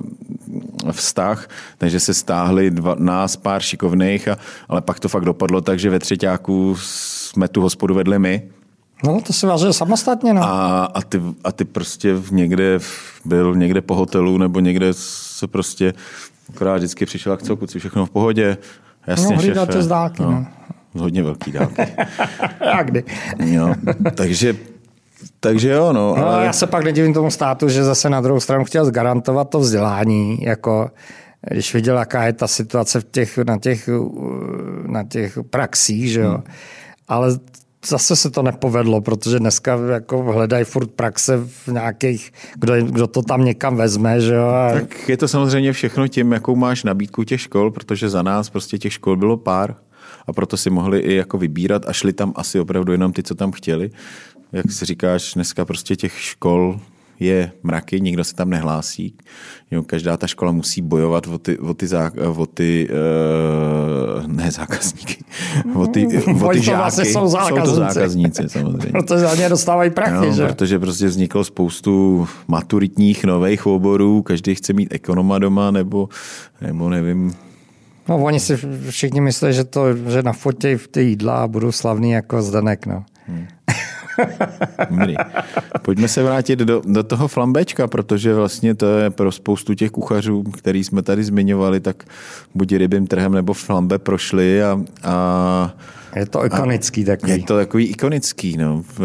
vztah, takže se stáhli dva, nás pár šikovných, a, ale pak to fakt dopadlo tak, že ve třeťáku jsme tu hospodu vedli my. No, to si vážil samostatně, no. A, a, ty, a ty prostě někde byl někde po hotelu, nebo někde se prostě akorát vždycky přišel a co, kluci, všechno v pohodě. Jasně, no, hlídáte z dálky, no. no. Hodně velký dálky. A kdy? Jo, takže Takže jo, no. no ale... Já se pak nedivím tomu státu, že zase na druhou stranu chtěl zgarantovat to vzdělání, jako když viděl, jaká je ta situace v těch, na, těch, na těch praxích, že jo. Hmm. Ale zase se to nepovedlo, protože dneska jako hledají furt praxe v nějakých, kdo, kdo to tam někam vezme, že jo. A... Tak je to samozřejmě všechno tím, jakou máš nabídku těch škol, protože za nás prostě těch škol bylo pár a proto si mohli i jako vybírat a šli tam asi opravdu jenom ty, co tam chtěli. Jak si říkáš, dneska prostě těch škol je mraky, nikdo se tam nehlásí. Jo, každá ta škola musí bojovat o ty, o ty, zá, o ty uh, ne zákazníky, o ty, o ty žáky. Vlastně jsou, jsou to zákazníci samozřejmě. Protože za ně dostávají prachy, no, že? Protože prostě vzniklo spoustu maturitních nových oborů, každý chce mít ekonoma doma, nebo, nebo nevím. No oni si všichni myslí, že, to, že nafotějí v ty jídla a budou slavný jako Zdenek, no. Hmm. Pojďme se vrátit do, do toho flambečka, protože vlastně to je pro spoustu těch kuchařů, který jsme tady zmiňovali, tak buď rybím trhem nebo flambe prošli a, a je to ikonický takový. Je to takový ikonický, no. V,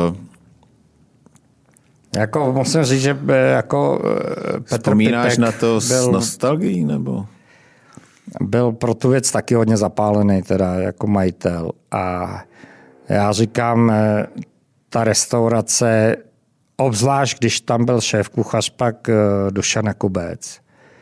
jako musím říct, že jako Petr Vzpomínáš Pipek na to byl, s nostalgií, nebo? Byl pro tu věc taky hodně zapálený, teda jako majitel. A já říkám, ta restaurace, obzvlášť když tam byl šéf kuchař, pak Dušan Jakubec,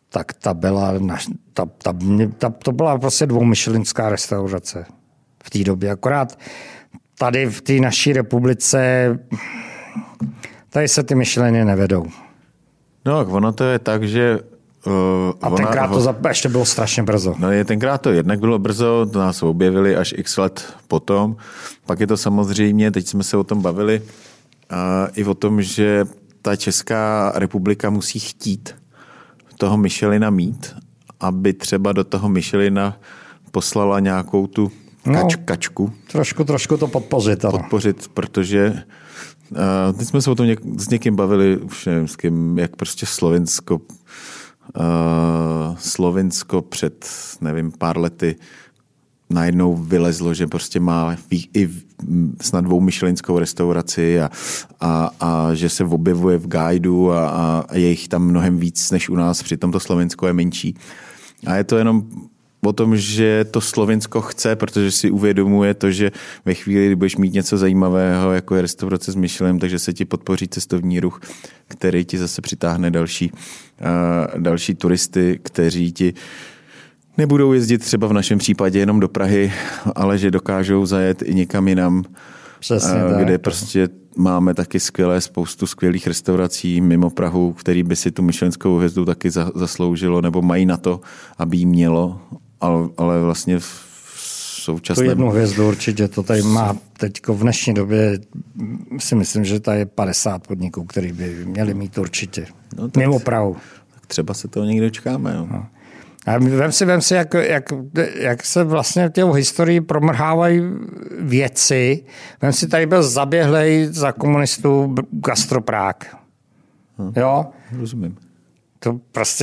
tak ta byla, ta, ta, ta, to byla prostě dvoumyšelinská restaurace v té době. Akorát tady v té naší republice tady se ty Micheliny nevedou. No, ono to je tak, že Uh, a ona, tenkrát to za, ještě bylo strašně brzo. No je, tenkrát to jednak bylo brzo, to nás objevili až x let potom. Pak je to samozřejmě, teď jsme se o tom bavili, uh, i o tom, že ta Česká republika musí chtít toho Michelina mít, aby třeba do toho Michelina poslala nějakou tu kač, no, kačku. Trošku, trošku to podpořit. Ano. Podpořit, protože uh, teď jsme se o tom něk, s někým bavili, už nevím s kým, jak prostě Slovinsko Uh, Slovinsko před, nevím, pár lety najednou vylezlo, že prostě má i snad dvoumyšelinskou restauraci a, a, a že se objevuje v guidu a, a je jich tam mnohem víc než u nás, přitom to Slovensko je menší. A je to jenom o tom, že to Slovinsko chce, protože si uvědomuje to, že ve chvíli, kdy budeš mít něco zajímavého, jako je restaurace s Michelinem, takže se ti podpoří cestovní ruch, který ti zase přitáhne další, uh, další turisty, kteří ti nebudou jezdit třeba v našem případě jenom do Prahy, ale že dokážou zajet i někam jinam, Přesně, uh, kde tak. prostě máme taky skvělé, spoustu skvělých restaurací mimo Prahu, který by si tu michelinskou hvězdu taky za, zasloužilo, nebo mají na to, aby jí mělo, ale, ale vlastně v současném... Tu jednu hvězdu určitě, to tady má teď v dnešní době, si myslím, že tady je padesát podniků, který by měli mít určitě. No mimo Prahu. Tak třeba se toho někdy dočkáme. Jo. No. A vem si, vem si jak, jak, jak se vlastně v těch historii promrhávají věci. Vem si, tady byl zaběhlej za komunistů gastroprák. Hm. Jo? Rozumím. To prostě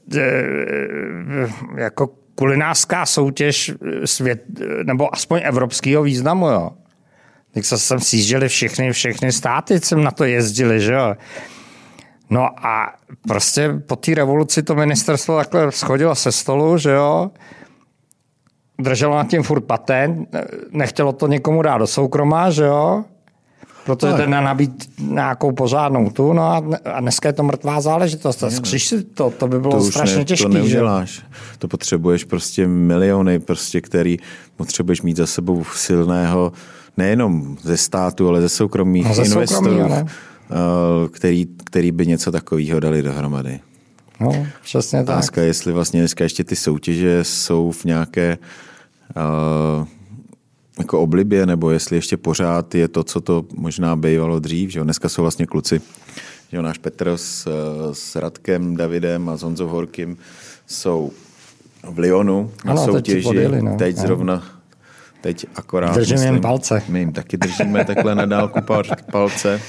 jako kulinářská soutěž svět, nebo aspoň evropského významu. Jo? Tak se sem sjížděli všechny, všechny státy, jsem na to jezdili, že jo. No a prostě po té revoluci to ministerstvo takhle schodilo se stolu, že jo, drželo nad tím furt patent, nechtělo to někomu dát do soukromá, že jo, protože ten nabít nějakou pořádnou tu, no a, a dneska je to mrtvá záležitost. A skříž si to, to by bylo to strašně ne, těžké. To neuděláš. Že? To potřebuješ prostě miliony, prostě, který potřebuješ mít za sebou silného, nejenom ze státu, ale ze soukromých no, ze investorů. Soukromí, Který, který by něco takového dali dohromady. No, přesně tak. Otázka, jestli vlastně dneska ještě ty soutěže jsou v nějaké uh, jako oblibě, nebo jestli ještě pořád je to, co to možná bývalo dřív. Že? Dneska jsou vlastně kluci, že náš Petr s, s Radkem, Davidem a s Honzou Horkým jsou v Lyonu na ano, soutěži. Teď, podjeli, no. teď zrovna teď akorát držím jim palce. My jim taky držíme takhle na dálku palce.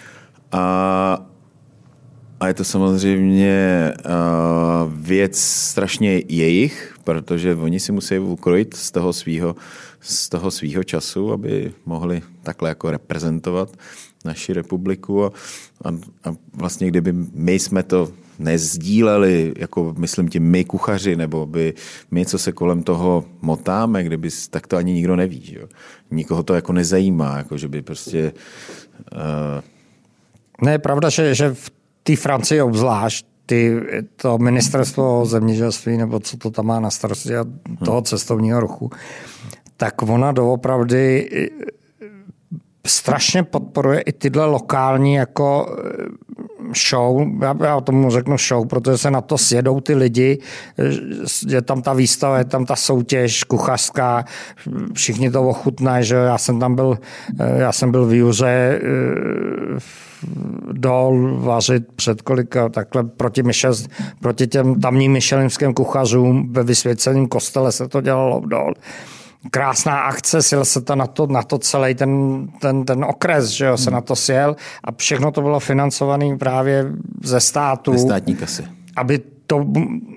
A, a je to samozřejmě uh, věc strašně jejich, protože oni si musí ukrojit z toho svýho, z toho svýho času, aby mohli takhle jako reprezentovat naši republiku. A, a, a vlastně kdyby my jsme to nezdíleli, jako myslím tím my kuchaři, nebo by my, co se kolem toho motáme, kdyby, tak to ani nikdo neví. Že jo? Nikoho to jako nezajímá, jako že by prostě... Uh, Ne, je pravda, že, že v té Francii obzvlášť ty, to ministerstvo zemědělství, nebo co to tam má na starosti a toho cestovního ruchu, tak ona doopravdy strašně podporuje i tyhle lokální jako show, já, já tomu řeknu show, protože se na to sjedou ty lidi, je tam ta výstava, je tam ta soutěž kuchařská, všichni to ochutnají, že já jsem tam byl, já jsem byl v Juře dol vařit před kolika, takhle proti, Michel, proti těm tamním michelinským kuchařům ve vysvěceném kostele se to dělalo dol. Krásná akce, sjel se to na to, na to celý ten, ten, ten okres, že jo, se hmm. na to sjel a všechno to bylo financované právě ze státu. Ze státní kasy. Aby to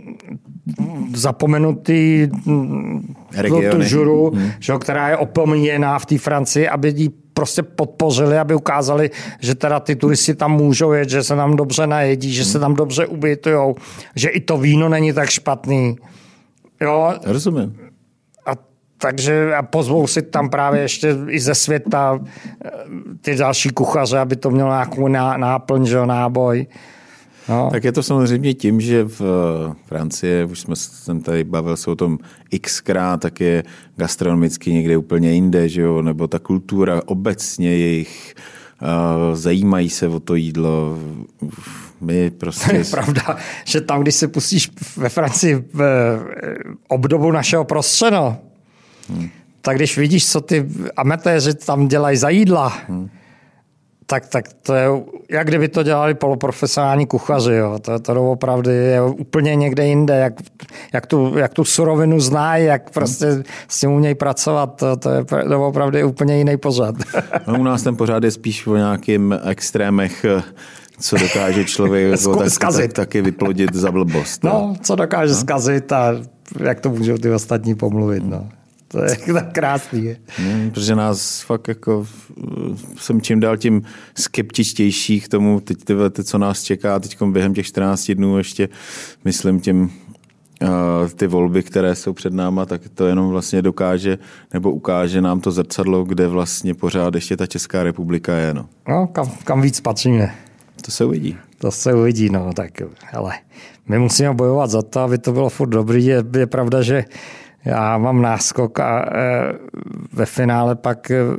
zapomenutý tu žuru, hmm. že jo, která je opomíjená v té Francii, aby ji prostě podpořili, aby ukázali, že teda ty turisti tam můžou jet, že se tam dobře najedí, že hmm. se tam dobře ubytujou, že i to víno není tak špatný. Jo. Rozumím. Takže a pozvou si tam právě ještě i ze světa ty další kuchaře, aby to mělo nějakou ná, náplň, že náboj. No. Tak je to samozřejmě tím, že v Francii, už jsme jsem tady bavil se o tom xkrát, tak je gastronomicky někde úplně jinde, že jo? Nebo ta kultura obecně jejich, uh, zajímají se o to jídlo. My prostě... Je pravda, že tam, když se pustíš ve Francii v obdobu našeho prostřeno, hmm. tak když vidíš, co ty amatéři tam dělají za jídla, hmm. tak, tak to je, jak kdyby to dělali poloprofesionální kuchaři. Jo. To, to opravdu je úplně někde jinde, jak, jak, tu, jak tu surovinu znají, jak prostě hmm. s tím umějí pracovat. To, to je to opravdu úplně jiný pořad. No, u nás ten pořád je spíš o nějakým extrémech, co dokáže člověk tak, tak, taky vyplodit za blbost. No, no co dokáže no? zkazit a jak to můžou ty ostatní pomluvit. No. To je tak krásný. No, protože nás fakt jako jsem čím dál tím skeptičtější k tomu, teď ty, co nás čeká teď během těch čtrnácti dnů ještě, myslím tím uh, ty volby, které jsou před náma, tak to jenom vlastně dokáže nebo ukáže nám to zrcadlo, kde vlastně pořád ještě ta Česká republika je. No, no kam, kam víc patříme. To se uvidí. To se uvidí, no tak hele, my musíme bojovat za to, aby to bylo furt dobrý. Je, je pravda, že já mám náskok a e, ve finále pak e,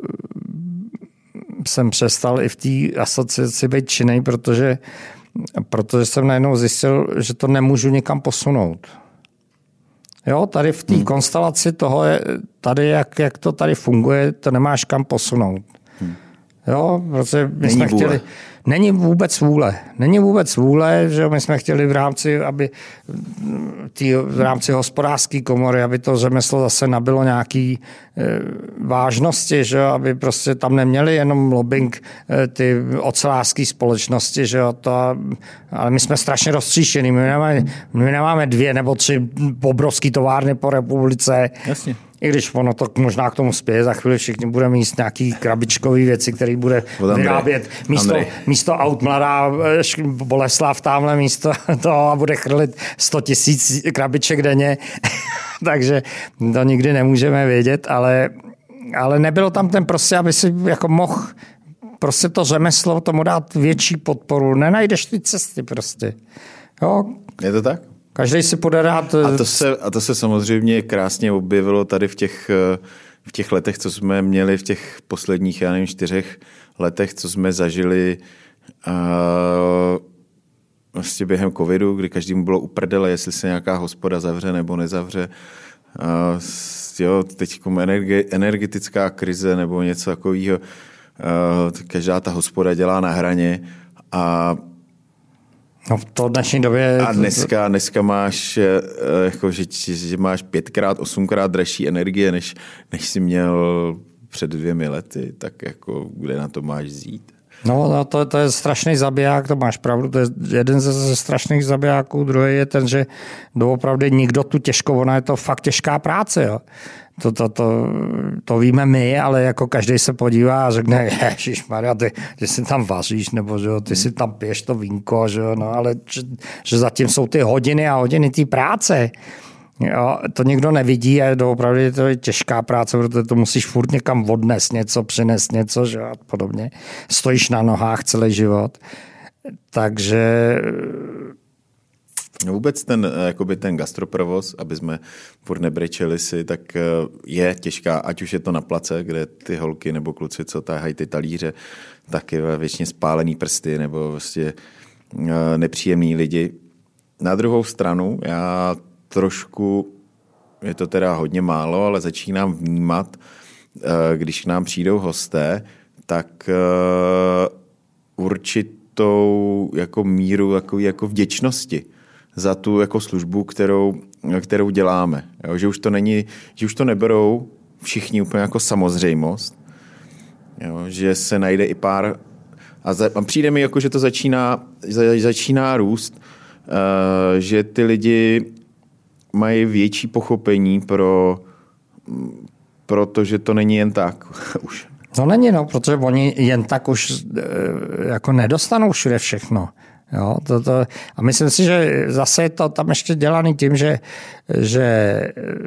jsem přestal i v té asociaci být činnej, protože, protože jsem najednou zjistil, že to nemůžu nikam posunout. Jo, tady v té hmm. konstelaci toho je, tady jak, jak to tady funguje, to nemáš kam posunout. Hmm. Jo, protože my Není jsme vůle. chtěli... Není vůbec vůle. Není vůbec vůle, že my jsme chtěli v rámci, aby tý, v rámci hospodářské komory, aby to řemeslo zase nabilo nějaký e, vážnosti, že aby prostě tam neměli jenom lobbying e, ty ocelářské společnosti, že to, ale my jsme strašně roztříštění. My nemáme, my nemáme dvě nebo tři obrovské továrny po republice. Jasně. I když ono to možná k tomu spěje, za chvíli všichni budeme mít nějaký krabičkový věci, který bude vyrábět místo, místo aut Mladá Boleslav tamhle místo toho a bude chrlit sto tisíc krabiček denně. Takže to nikdy nemůžeme vědět, ale, ale nebylo tam ten prostě, aby si jako mohl prostě to řemeslo tomu dát větší podporu. Nenajdeš ty cesty prostě. Jo? Je to tak? Každý si půjde rád. A to se, a to se samozřejmě krásně objevilo tady v těch, v těch letech, co jsme měli v těch posledních, já nevím, čtyřech letech, co jsme zažili uh, vlastně během covidu, kdy každému bylo uprdele, jestli se nějaká hospoda zavře nebo nezavře. Uh, jo, teď energe, energetická krize nebo něco takového. Uh, každá ta hospoda dělá na hraně a no v to dnešní době... A dneska, dneska máš, jako, že, že máš pětkrát, osmkrát dražší energie, než, než jsi měl před dvěmi lety, tak jako kde na to máš zít? No, no to, to je strašný zabiják, to máš pravdu, to je jeden ze, ze strašných zabijáků, druhý je ten, že doopravdy nikdo tu těžko, ona je to fakt těžká práce, jo. To, to, to, to víme my, ale jako každý se podívá a řekne, ježišmarja, ty, ty si tam vaříš, nebo že ty si tam piješ to vínko, že no, ale že, že zatím jsou ty hodiny a hodiny té práce. Jo, to nikdo nevidí a doopravdy je to těžká práce, protože to musíš furt někam odnést něco, přinést něco, že a podobně. Stojíš na nohách celý život. Takže... No vůbec ten, jakoby ten gastroprovoz, aby jsme furt nebrečeli si, tak je těžká, ať už je to na place, kde ty holky nebo kluci, co tahají ty talíře, tak je většině spálený prsty nebo vlastně nepříjemný lidi. Na druhou stranu, já trošku, je to teda hodně málo, ale začínám vnímat, když k nám přijdou hosté, tak určitou jako míru jako, jako vděčnosti za tu jako službu, kterou, kterou děláme. Jo, že už to není, že už to neberou všichni úplně jako samozřejmost, jo, že se najde i pár a, za, a přijde mi jako, že to začíná, za, začíná růst, uh, že ty lidi mají větší pochopení pro, pro to, že to není jen tak už. To není, no, protože oni jen tak už jako nedostanou všude všechno. Jo, to, to, a myslím si, že zase je to tam ještě dělaný tím, že, že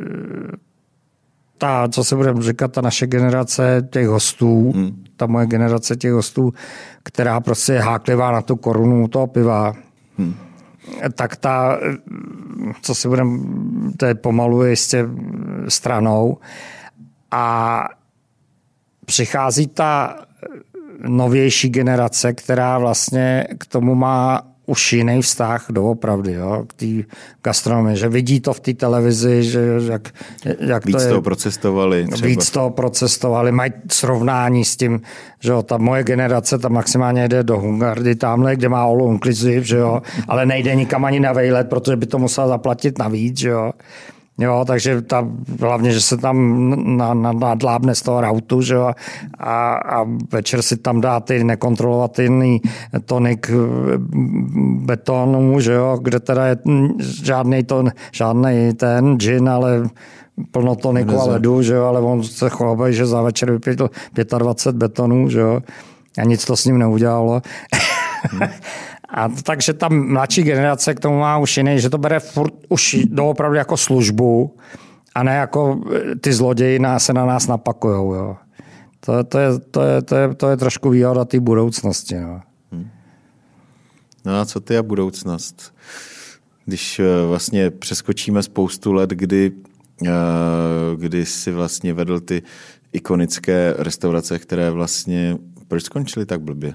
ta, co se budeme říkat, ta naše generace těch hostů, hmm. ta moje generace těch hostů, která prostě je háklivá na tu korunu toho piva, hmm. tak ta, co si budeme, to je pomalu jistě stranou. A přichází ta novější generace, která vlastně k tomu má už jiný vztah doopravdy, jo, k té gastronomii, že vidí to v té televizi, že jak, jak víc to je, toho procestovali. Třeba. Víc toho procestovali, mají srovnání s tím, že jo, ta moje generace tam maximálně jde do Hungardy tamhle, kde má all inclusive, že jo, ale nejde nikam ani na vejlet, protože by to musela zaplatit navíc, že jo. Jo, takže ta, hlavně, že se tam nadlábne na, na z toho rautu, že jo, a, a večer si tam dá ty nekontrolovatelný tonik betonu, že jo, kde teda je žádný ton, žádný ten gin, ale plno toniku a ledu, že jo, ale on se chlubí, že za večer vypětil dvacet pět betonů, že jo, a nic to s ním neudělalo. Hmm. A takže ta mladší generace k tomu má už jiný, že to bere furt už doopravdy jako službu a ne jako ty zloději se na nás napakujou. Jo. To, to, je, to, je, to, je, to je trošku výhoda té budoucnosti. No. Hmm. No a co ty a budoucnost? Když vlastně přeskočíme spoustu let, kdy, kdy si vlastně vedl ty ikonické restaurace, které vlastně proč skončily tak blbě?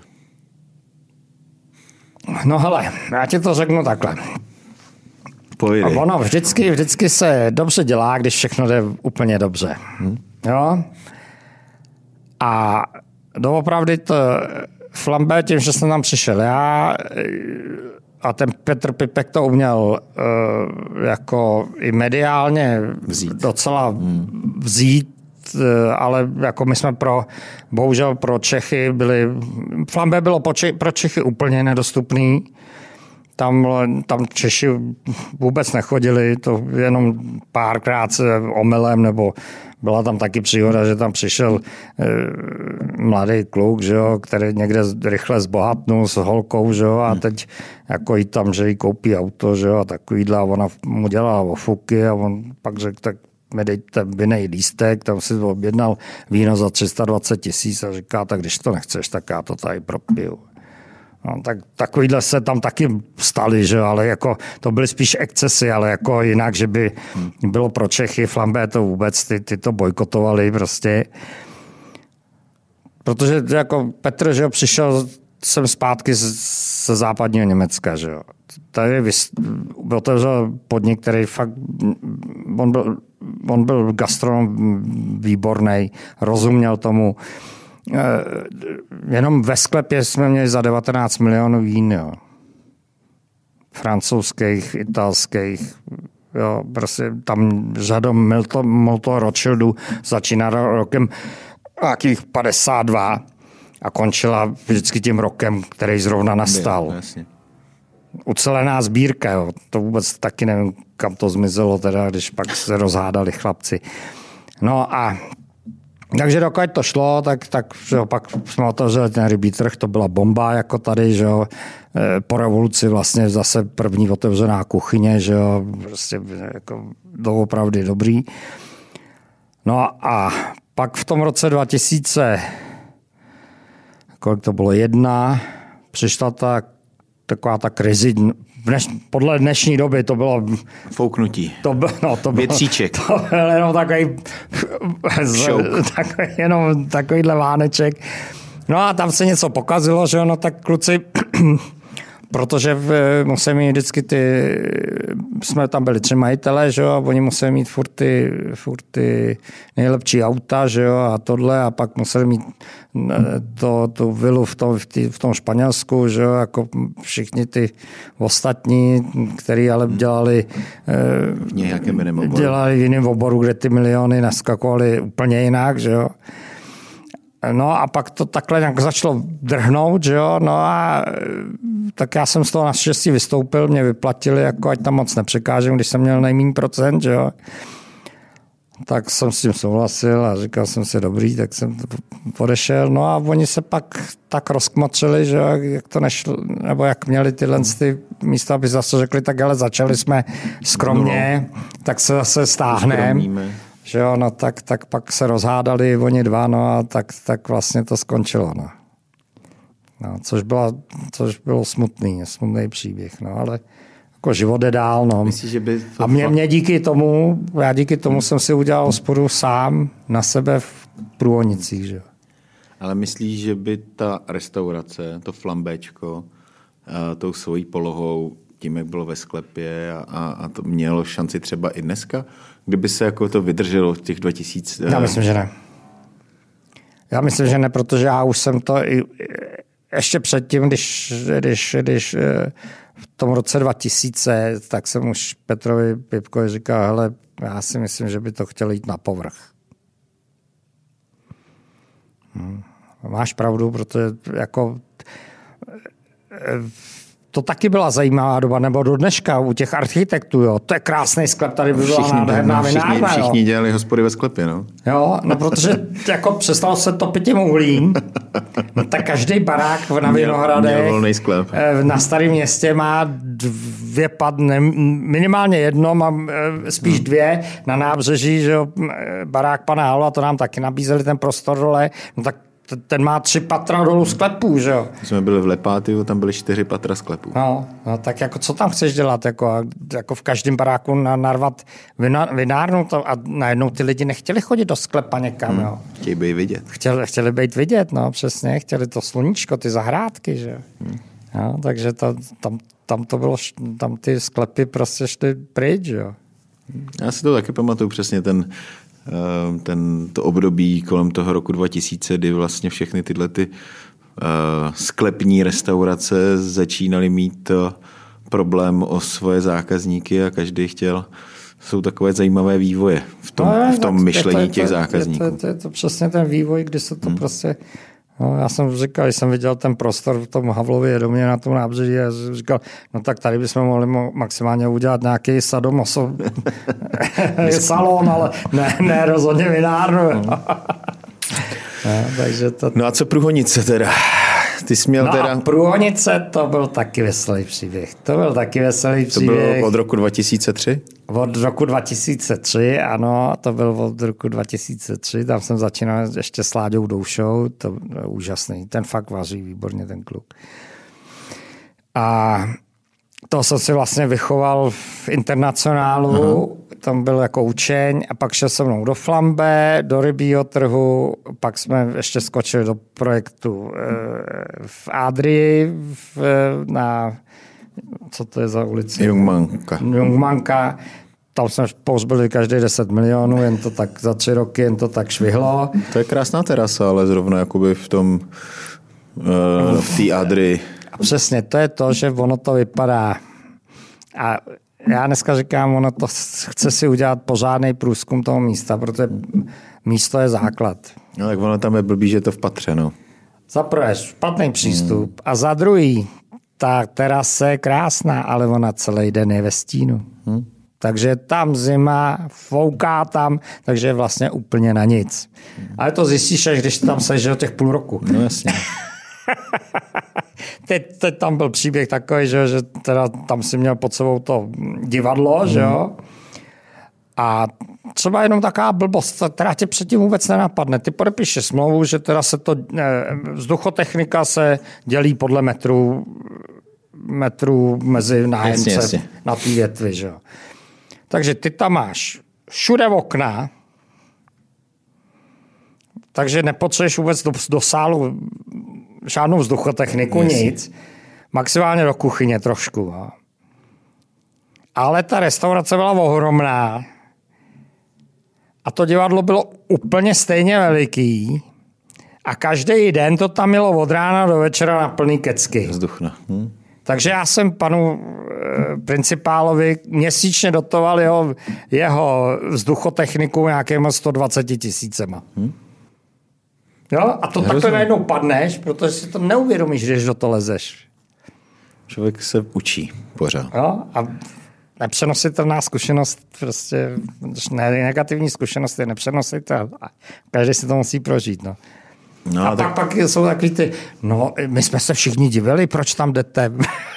No hele, já ti to řeknu takhle. Pojdej. Ono vždycky, vždycky se dobře dělá, když všechno jde úplně dobře. Hmm. Jo? A doopravdy to flambé tím, že jsem tam přišel já a ten Petr Pipek to uměl uh, jako i mediálně vzít. docela hmm. vzít, ale jako my jsme pro, bohužel pro Čechy byli, flambé bylo pro Čechy úplně nedostupný. Tam, tam Češi vůbec nechodili, to jenom párkrát se omylem, nebo byla tam taky příhoda, že tam přišel e, mladý kluk, že jo, který někde rychle zbohatnul s holkou, že jo, a teď jako jí tam, že jí koupí auto, že jo, a takovýhle, a ona mu dělala ofuky a on pak řekl, tak mi dejte vinnej lístek, tam si objednal víno za tři sta dvacet tisíc a říká, tak když to nechceš, tak já to tady propiju. No, tak takovýhle se tam taky stali, že? Ale jako, to byly spíš excesy, ale jako jinak, že by bylo pro Čechy, flambé to vůbec, ty, ty to bojkotovali prostě. Protože jako Petr, že jo, přišel jsem zpátky ze západního Německa, že jo. Tady otevřel podnik, který fakt, on byl, on byl gastronom výborný, rozuměl tomu. Jenom ve sklepě jsme měli za devatenáct milionů vín, jo. Francouzských, italských, jo, prostě tam řadom Milto, Milto Rothschildu začíná rokem nějakých padesát dva a končila vždycky tím rokem, který zrovna nastal. Jasně. Ucelená sbírka, jo. To vůbec taky nevím, kam to zmizelo, teda, když pak se rozhádali chlapci. No a takže dokud to šlo, tak, tak že jo, pak jsme otevřeli ten rybí trh, to byla bomba jako tady, že jo. Po revoluci vlastně zase první otevřená kuchyně, že jo, prostě jako doopravdy dobrý. No a pak v tom roce dva tisíce, kolik to bylo, jedna, přišla ta taková ta krizi, dneš, podle dnešní doby to bylo... Fouknutí. To bylo, no, to bylo, Větříček. To byl jenom takový... takový jenom takovýhle váneček. No a tam se něco pokazilo, že no tak kluci... protože musí mít vždycky ty... Jsme tam byli tři majitelé, že jo, a oni museli mít furt ty, furt ty nejlepší auta, že jo, a tohle, a pak museli mít to, tu vilu v tom, v, tý, v tom Španělsku, že jo, jako všichni ty ostatní, který ale dělali v nějakém jiném oboru. Dělali v jiném oboru, kde ty miliony naskakovaly úplně jinak, že jo. No a pak to takhle nějak začalo drhnout, že jo, no a tak já jsem z toho naštěstí vystoupil, mě vyplatili, jako ať tam moc nepřekážem, když jsem měl nejméně procent, že jo. Tak jsem s tím souhlasil a říkal jsem si dobrý, tak jsem odešel, no a oni se pak tak rozkmotřili, že jo, jak to nešlo, nebo jak měli tyhle ty místa, aby zase řekli, tak ale začali jsme skromně, no, tak se zase stáhneme. Že jo, no tak, tak pak se rozhádali oni dva, no a tak, tak vlastně to skončilo, no. No, což, byla, což bylo smutný, smutný příběh, no, ale jako život je dál. No. Myslíš, že by to a mě, mě díky tomu, já díky tomu jsem si udělal hospodu sám na sebe v Průhonicích. Že? Ale myslíš, že by ta restaurace, to flambéčko, tou svojí polohou, tím, jak bylo ve sklepě a, a, a to mělo šanci třeba i dneska, kdyby se jako to vydrželo v těch dva tisíce? Já myslím, že ne. Já myslím, že ne, protože já už jsem to i, ještě předtím, když, když, když v tom roce dva tisíce, tak jsem už Petrovi Pipkovi říkal, hele, já si myslím, že by to chtělo jít na povrch. Hmm. Máš pravdu, protože jako to taky byla zajímavá doba, nebo do dneška u těch architektů, jo. To je krásný sklep, tady by byla nádherná vinárna. Všichni, všichni dělali hospody ve sklepě, no. Jo, no protože jako přestalo se topit tím uhlím, no tak každý barák na Vinohradech, na Starém Městě má dvě padny, minimálně jedno, mám spíš dvě na nábřeží, že jo, barák pana Hala, to nám taky nabízeli ten prostor dole, no tak ten má tři patra dolů sklepů, že jo? Jsme byli v Lepátiu, tam byly čtyři patra sklepů. No, no tak jako co tam chceš dělat? Jako, jako v každém baráku narvat vinárnu to, a najednou ty lidi nechtěli chodit do sklepa někam, hmm. jo? Chtěli být vidět. Chtěli, chtěli být vidět, no přesně, chtěli to sluníčko, ty zahrádky, že jo? Hmm. No, takže to, tam, tam to bylo, tam ty sklepy prostě šly pryč, že jo? Já si to taky pamatuju přesně, ten Ten, to období kolem toho roku dva tisíce, kdy vlastně všechny tyhle ty, uh, sklepní restaurace začínaly mít uh, problém o svoje zákazníky a každý chtěl. Jsou takové zajímavé vývoje v tom, no, v tom myšlení je to, těch zákazníků. Je to, to, je to přesně ten vývoj, kdy se to hmm. prostě... No, já jsem říkal, když jsem viděl ten prostor v tom Havlově domě na tom nábřeží, já jsem říkal, no tak tady bychom mohli maximálně udělat nějaký sadomaso salon, ale ne, ne rozhodně vinárnu. No, takže to... no a co Průhonice teda? Ty jsi měl no teda... a Průhonice, to byl taky veselý příběh. To byl taky veselý příběh. To bylo od roku dva tisíce tři? Od roku dva tisíce tři, ano, to byl od roku dva tisíce tři, tam jsem začínal ještě s Láďou Doušou, to je úžasný, ten fakt vaří výborně, ten kluk. A to jsem si vlastně vychoval v Internacionálu, uh-huh. tam byl jako učeň a pak šel se mnou do Flambé, do rybího trhu, pak jsme ještě skočili do projektu v Adrii na... Co to je za ulici? Jungmanka. Jungmanka. Tam jsme pohřbili každý deset milionů, jen to tak za tři roky, jen to tak švihlo. To je krásná terasa, ale zrovna jakoby v tom uh, v té Adrii. A přesně, to je to, že ono to vypadá. A já dneska říkám, ono to chce si udělat pořádný průzkum toho místa, protože místo je základ. No tak ono tam je blbý, že je to v patře, no. Za prvé špatný přístup hmm. a za druhý ta terasa je krásná, ale ona celý den je ve stínu. Hmm. Takže tam zima, fouká tam, takže je vlastně úplně na nic. Hmm. Ale to zjistíš, až když tam seš těch půl roku. No jasně. teď, teď tam byl příběh takový, že, že teda tam si měl pod sebou to divadlo, hmm. že jo? A třeba jenom taková blbost, která tě předtím vůbec nenapadne. Ty podepíšeš smlouvu, že teda se to, vzduchotechnika se dělí podle metrů, metrů mezi nájemce na té větvi. Že? Takže ty tam máš všude okna, takže nepotřebuješ vůbec do, do sálu žádnou vzduchotechniku, Jasně. nic. Maximálně do kuchyně trošku. Jo. Ale ta restaurace byla ohromná. A to divadlo bylo úplně stejně veliký. A každý den to tam mělo od rána do večera na plný kecky. Vzduchna. Hm. Takže já jsem panu e, principálovi měsíčně dotoval jeho, jeho vzduchotechniku nějakýma sto dvacet tisícema. Hm. Jo? A to já takhle rozumím. Najednou padneš, protože si to neuvědomíš, když do toho lezeš. Člověk se učí pořád. Jo? A nepřenositelná zkušenost, prostě negativní zkušenost je nepřenositelná. Každý si to musí prožít. No. No, a tak... pak, pak jsou takový ty, no my jsme se všichni divili, proč tam jdete?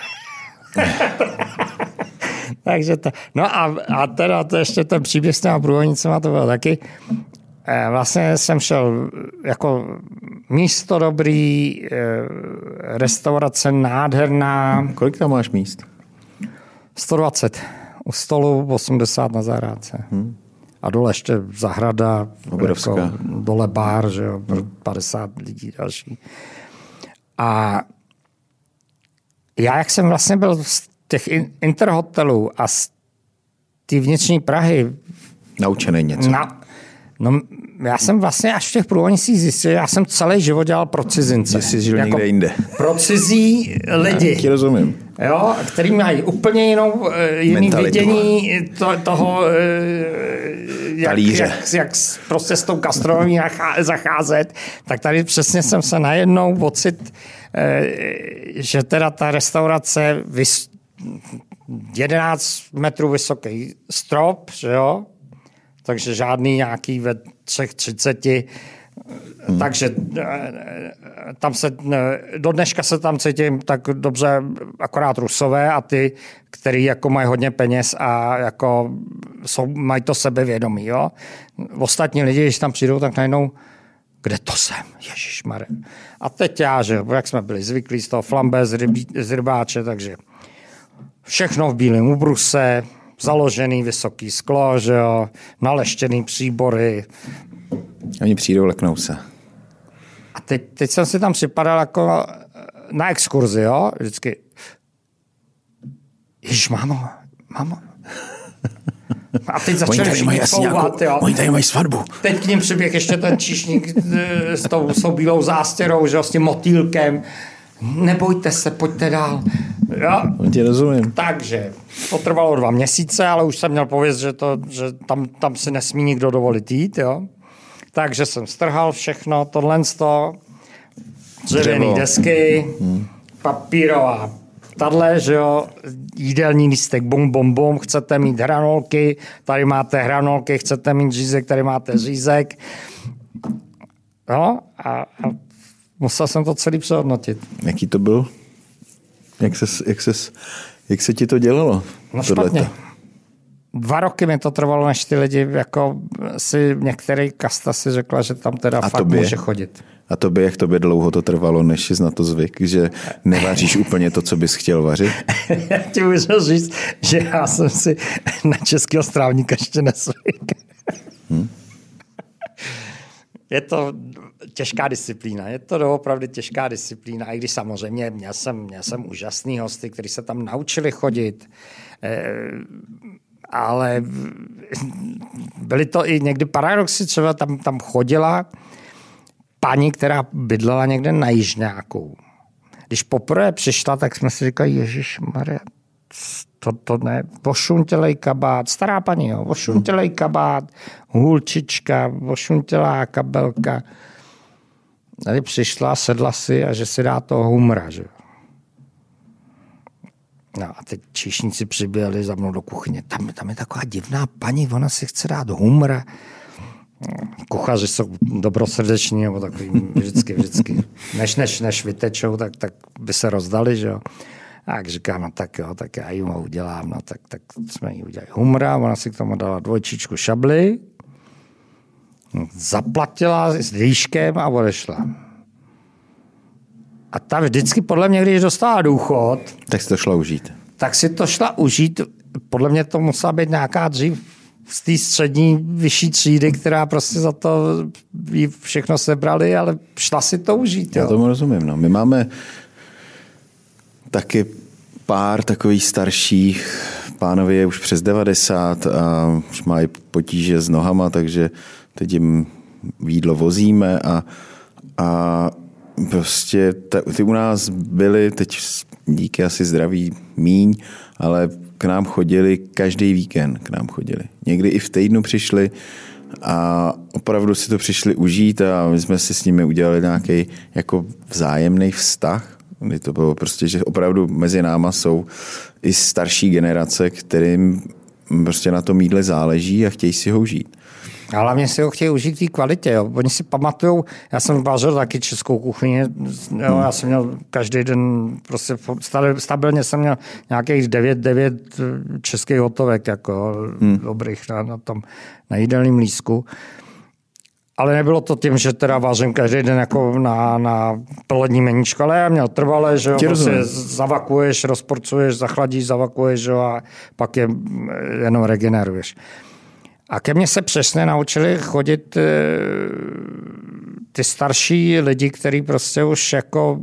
Takže to, no a, a teda to ještě ten příběh s těma průvodnicema, to bylo taky, vlastně jsem šel jako místo dobrý, restaurace nádherná. Kolik tam máš míst? sto dvacet. U stolu osmdesát na zahrádce. Hmm. A dole ještě zahrada, jako dole bar, že jo, hmm. padesát lidí další. A já, jak jsem vlastně byl z těch interhotelů a z té vnitřní Prahy... Naučený něco. Na, no, já jsem vlastně až v těch průvodnicích zjistil, že já jsem celý život dělal pro cizince. Jsi žil jako někde jinde. Pro cizí lidi. Já ti rozumím. Jo, který mají úplně jinou, jiný mentalitu. Vidění to, toho, jak, jak, jak prostě s tou gastronomií zacházet. Tak tady přesně jsem se najednou ocit, že teda ta restaurace vys, jedenáct metrů vysoký strop, že jo? Takže žádný nějaký ve třech třiceti. Hmm. Takže tam se, do dneška se tam cítím tak dobře akorát Rusové a ty, který jako mají hodně peněz a jako jsou, mají to sebevědomí. Jo? Ostatní lidi, když tam přijdou, tak najednou, kde to jsem? Ježišmarja. A teď já, že jak jsme byli zvyklí z toho flambé z, rybí, z rybáče, takže všechno v bílém ubruse, založený vysoký sklo, že jo, naleštěný příbory. Oni přijdou, leknou se. A teď, teď jsem si tam připadal jako na exkurzi, jo, vždycky. Ježiš, mámo, mámo. A teď začali všichni couvat, jo. Oni tady mají svatbu. Teď k ním přiběh ještě ten číšník s tou, s tou bílou zástěrou, že jo, s tím motýlkem. Nebojte se, pojďte dál. Jo? Tě rozumím. Takže to trvalo dva měsíce, ale už jsem měl pověst, že, to, že tam, tam si nesmí nikdo dovolit jít. Jo? Takže jsem strhal všechno, tohle sto, dřevěný desky, hmm. papírová tadle, že jo, jídelní lístek, bum, bum, bum, chcete mít hranolky, tady máte hranolky, chcete mít řízek, tady máte řízek. No a, a musel jsem to celý přehodnotit. Jaký to byl? Jak, ses, jak, ses, jak se ti to dělalo? No špatně. Dva roky mi to trvalo, než ty lidi, jako si některý kasta si řekla, že tam teda a fakt tobě, může chodit. A tobě, jak tobě dlouho to trvalo, než jsi na to zvyk, že nevaříš úplně to, co bys chtěl vařit? Já ti můžu říct, že já jsem si na českého strávníka ještě nezvyk. Hmm? Je to těžká disciplína, je to doopravdy těžká disciplína, i když samozřejmě měl jsem, měl jsem úžasný hosty, kteří se tam naučili chodit, ale byly to i někdy paradoxy, třeba tam, tam chodila paní, která bydlela někde na Jižňáku. Když poprvé přišla, tak jsme si říkali, ježišmarja, to, to ne, ošuntělej kabát, stará paní, jo, ošuntělej kabát, hůlčička, ošuntělá kabelka. Tady přišla, sedla si a že si dá toho humra, že jo. No a teď číšníci přiběhli za mnou do kuchyně. Tam, tam je taková divná paní, ona si chce dát humra. Kuchaři jsou dobrosrdeční, nebo takový vždycky, vždycky. Než, než, než vytečou, tak, tak by se rozdali, že jo. A říkám, no tak jo, tak já ji mu udělám, no tak, tak jsme jí udělali humra, ona si k tomu dala dvojčičku šably, zaplatila s výškem a odešla. A ta vždycky podle mě, když dostala důchod, tak si to šla užít. Tak si to šla užít. Podle mě to musela být nějaká dřív z té střední vyšší třídy, která prostě za to jí všechno sebrali, ale šla si to užít. Jo. Já tomu rozumím. No. My máme taky pár takových starších, pánovi je už přes devadesát a už mají potíže s nohama, takže teď jim jídlo vozíme a, a prostě ty u nás byli, teď díky asi zdraví míň, ale k nám chodili každý víkend, k nám chodili. Někdy i v týdnu přišli a opravdu si to přišli užít a my jsme si s nimi udělali nějaký jako vzájemný vztah. Kdy to bylo prostě, že opravdu mezi náma jsou i starší generace, kterým prostě na tom jídle záleží a chtějí si ho užít. A hlavně si ho chtějí užít v té kvalitě. Jo. Oni si pamatujou, já jsem vařil taky českou kuchyni, jo, hmm. já jsem měl každý den, prostě stabilně jsem měl nějakých devět, devět českých hotovek, jako hmm. dobrých na, na tom, na jídelném lístku. ale nebylo to tím, že teda vážím každý den jako na, na polední meníčko, ale já měl trvalé, že jo, prostě zavakuješ, rozporcuješ, zachladíš, zavakuješ, že jo, a pak je jenom regeneruješ. A ke mně se přesně naučili chodit ty starší lidi, kteří prostě už jako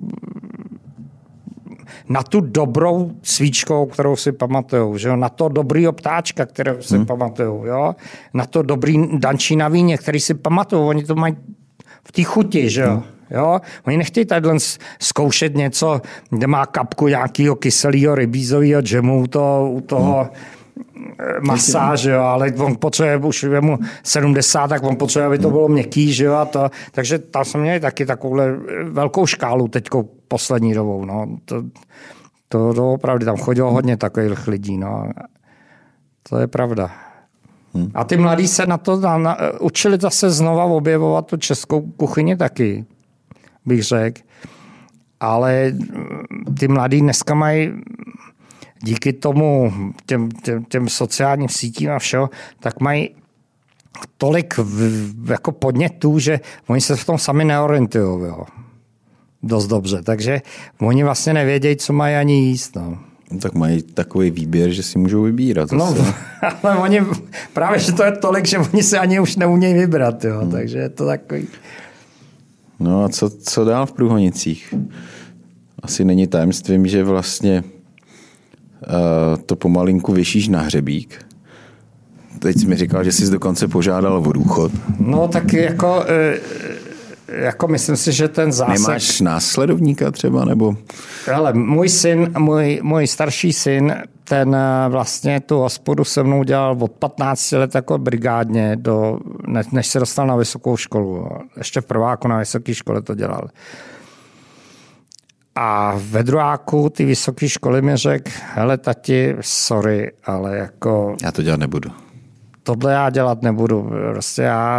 na tu dobrou svíčkou, kterou si pamatujou, že jo? Na to dobrýho ptáčka, kterou si hmm. pamatujou, jo? Na to dobrý dančí na víně, který si pamatujou, oni to mají v té chuti, že jo? Hmm. Jo? Oni nechtějí tady zkoušet něco, kde má kapku nějakého kyselého rybízového džemu u toho, u toho hmm. masáž, jo? Ale on potřebuje, už je mu sedmdesát, tak on potřebuje, aby to bylo měkký, že jo? A to, takže tam jsme měli taky takovouhle velkou škálu teďko poslední dobou. No. To, to, to opravdu tam chodilo hodně takových lidí. No. To je pravda. Hmm. A ty mladí se na to na, na, učili zase znova objevovat tu českou kuchyni taky, bych řekl. Ale ty mladí dneska mají díky tomu těm, těm, těm sociálním sítím a všeho, tak mají tolik v, jako podnětů, že oni se v tom sami neorientují. Dost dobře, takže oni vlastně nevědějí, co mají ani jíst. No. Tak mají takový výběr, že si můžou vybírat. Zase. No, ale oni, právě, že to je tolik, že oni se ani už neumějí vybrat, jo. Hmm. Takže je to takový... No a co, co dál v Průhonicích? Asi není tajemstvím, že vlastně uh, to pomalinku věšíš na hřebík. Teď jsi mi říkal, že jsi dokonce požádal o důchod. No tak jako... Uh, Jako myslím si, že ten zásek... Nemáš následovníka třeba, nebo... Ale můj syn, můj, můj starší syn, ten vlastně tu hospodu se mnou dělal od patnácti let jako brigádně, do, než se dostal na vysokou školu. Ještě v prváku na vysoké škole to dělal. A ve druháku ty vysoké školy mi řekl, hele tati, sorry, ale jako... Já to dělat nebudu. Tohle já dělat nebudu. Prostě já...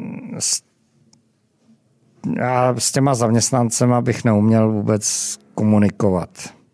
Já s těma zaměstnancema bych neuměl vůbec komunikovat.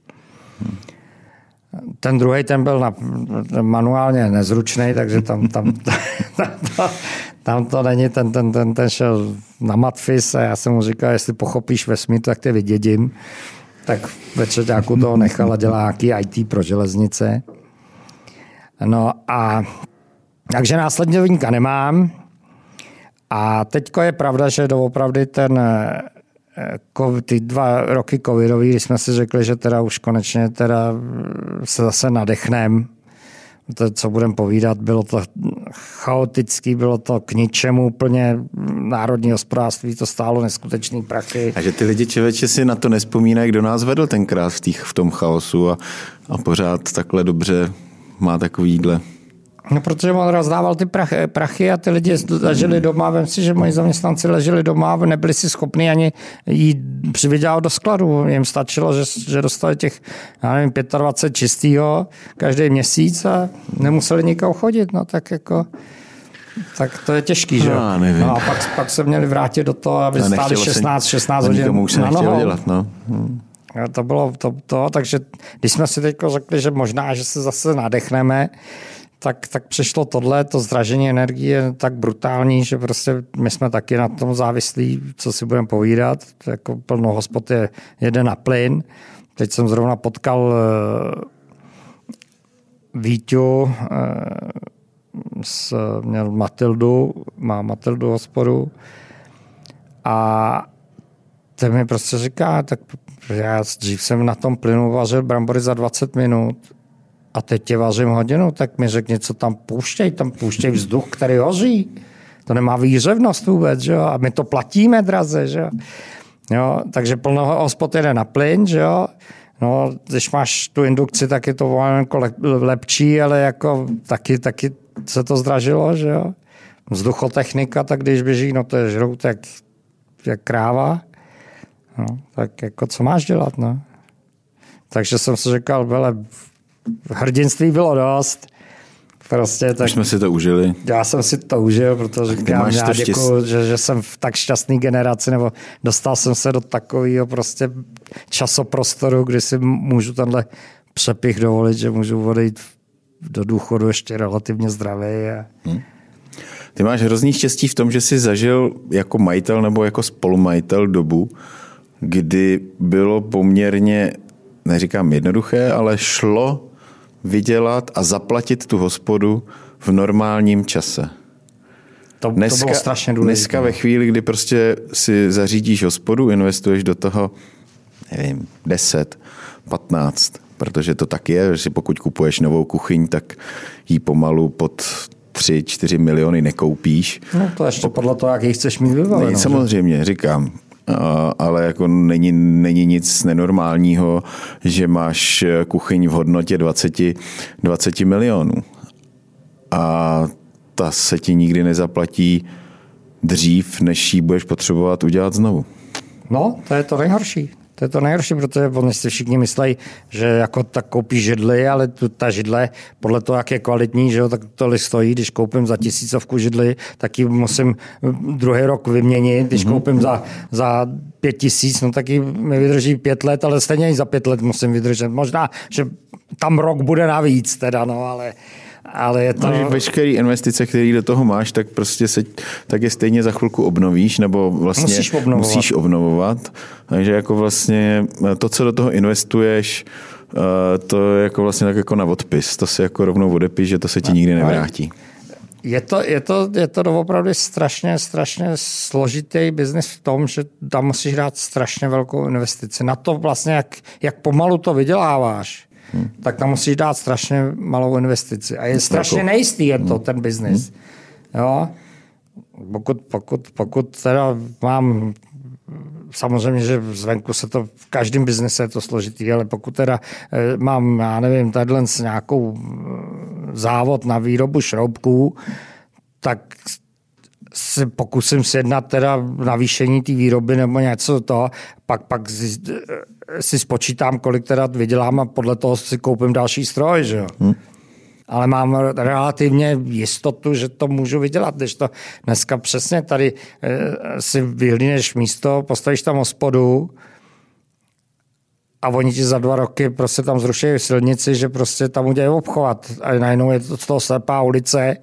Ten druhý ten byl na, manuálně nezručný, takže tam, tam, tam, to, tam to není, ten, ten, ten, ten šel na matfis a já jsem mu říkal, jestli pochopíš vesmír, tak tě vydědím. Tak ve třeťáku toho nechal a dělá nějaký í té pro železnice. No a takže následovníka nemám. A teďko je pravda, že doopravdy ten, ty dva roky covidový, když jsme si řekli, že teda už konečně teda se zase nadechneme, to, co budeme povídat, bylo to chaotický, bylo to k ničemu, úplně národní hospodářství, to stálo neskutečný prachy. A že ty lidi člověče si na to nespomínají, kdo nás vedl tenkrát v, tých, v tom chaosu a, a pořád takhle dobře má takovýhle. No, protože on rozdával ty prachy, prachy a ty lidi leželi doma. Vem si, že moji zaměstnanci leželi doma a nebyli si schopni ani jít přivydělat do skladu. Jim stačilo, že, že dostali těch, já nevím, dvacet pět čistýho každý měsíc a nemuseli nikam chodit. No tak jako... Tak to je těžký, že jo? No a pak, pak se měli vrátit do toho, aby stáli šestnáct, šestnáct hodin. Nikomu už se nechtělo dělat, no. Hmm. To bylo to, to, takže když jsme si teď řekli, že možná, že se zase nadechneme, tak, tak přišlo tohle, to zdražení energie tak brutální, že prostě my jsme taky na tom závislí, co si budeme povídat. Jako plno hospod je jede na plyn. Teď jsem zrovna potkal uh, Víťu, uh, s, měl Matildu, má Matildu hospodu a ten mi prostě říká, tak já dřív jsem na tom plynu vařil brambory za dvacet minut a teď tě vařím hodinu, tak mi řekni, co tam pouštěj, tam pouštěj vzduch, který hoří. To nemá výhřevnost vůbec, že jo? A my to platíme draze, že jo? Jo, takže plno hospod jede na plyn, že jo? No, když máš tu indukci, tak je to jako lepší, ale jako taky, taky se to zdražilo, že jo? Vzduchotechnika, tak když běží, no to je žrout jak, jak kráva. No, tak jako co máš dělat, no? Takže jsem si říkal, vele, hrdinství bylo dost. Prostě, tak, už jsme si to užili. Já jsem si to užil, protože říkám, já děkuju, že, že jsem v tak šťastný generaci, nebo dostal jsem se do takového prostě časoprostoru, kdy si můžu tenhle přepich dovolit, že můžu odejít do důchodu ještě relativně zdravý. A... Hmm. Ty máš hrozný štěstí v tom, že jsi zažil jako majitel nebo jako spolumajitel dobu, kdy bylo poměrně, neříkám jednoduché, ale šlo vydělat a zaplatit tu hospodu v normálním čase. To, dneska, to bylo strašně důležité. Dneska ve chvíli, kdy prostě si zařídíš hospodu, investuješ do toho, nevím, deset, patnáct, protože to tak je, že pokud kupuješ novou kuchyň, tak ji pomalu pod tři, čtyři miliony nekoupíš. No to ještě podle toho, jak ji chceš mít vybavenou. Samozřejmě, že? Říkám. A, ale jako není, není nic nenormálního, že máš kuchyň v hodnotě dvacet, dvacet milionů. A ta se ti nikdy nezaplatí dřív, než ji budeš potřebovat udělat znovu. No, to je to nejhorší. To je to nejhorší, protože oni si všichni myslí, že jako tak koupí židli, ale tu, ta židle, podle toho, jak je kvalitní, že jo, tak to stojí. Když koupím za tisícovku židli, tak ji musím druhý rok vyměnit. Když mm-hmm. koupím za, za pět tisíc, no tak ji mi vydrží pět let, ale stejně i za pět let musím vydržet. Možná, že tam rok bude navíc teda, no, ale... Ale je to... No, veškeré investice, které do toho máš, tak prostě se, tak je stejně za chvilku obnovíš, nebo vlastně musíš obnovovat. musíš obnovovat. Takže jako vlastně to, co do toho investuješ, to je jako vlastně tak jako na odpis. To si jako rovnou odepíš, že to se ti nikdy nevrátí. Je to, je to, je to opravdu strašně, strašně složitý biznis v tom, že tam musíš dát strašně velkou investici. Na to vlastně, jak, jak pomalu to vyděláváš, Hmm. tak tam musíš dát strašně malou investici. A je strašně nejistý je to, ten biznis. Jo? Pokud, pokud, pokud teda mám, samozřejmě, že zvenku se to, v každém biznise je to složitý, ale pokud teda mám, já nevím, tadyhle nějakou závod na výrobu šroubků, tak si pokusím sjednat teda navýšení té výroby nebo něco to, pak, pak si, si spočítám, kolik teda vydělám a podle toho si koupím další stroj, že jo. Hmm. Ale mám relativně jistotu, že to můžu vydělat, když to dneska přesně tady e, si vyhlídneš místo, postavíš tam hospodu a oni ti za dva roky prostě tam zruší silnici, že prostě tam udělají obchvat a najednou je to z toho slepá ulice.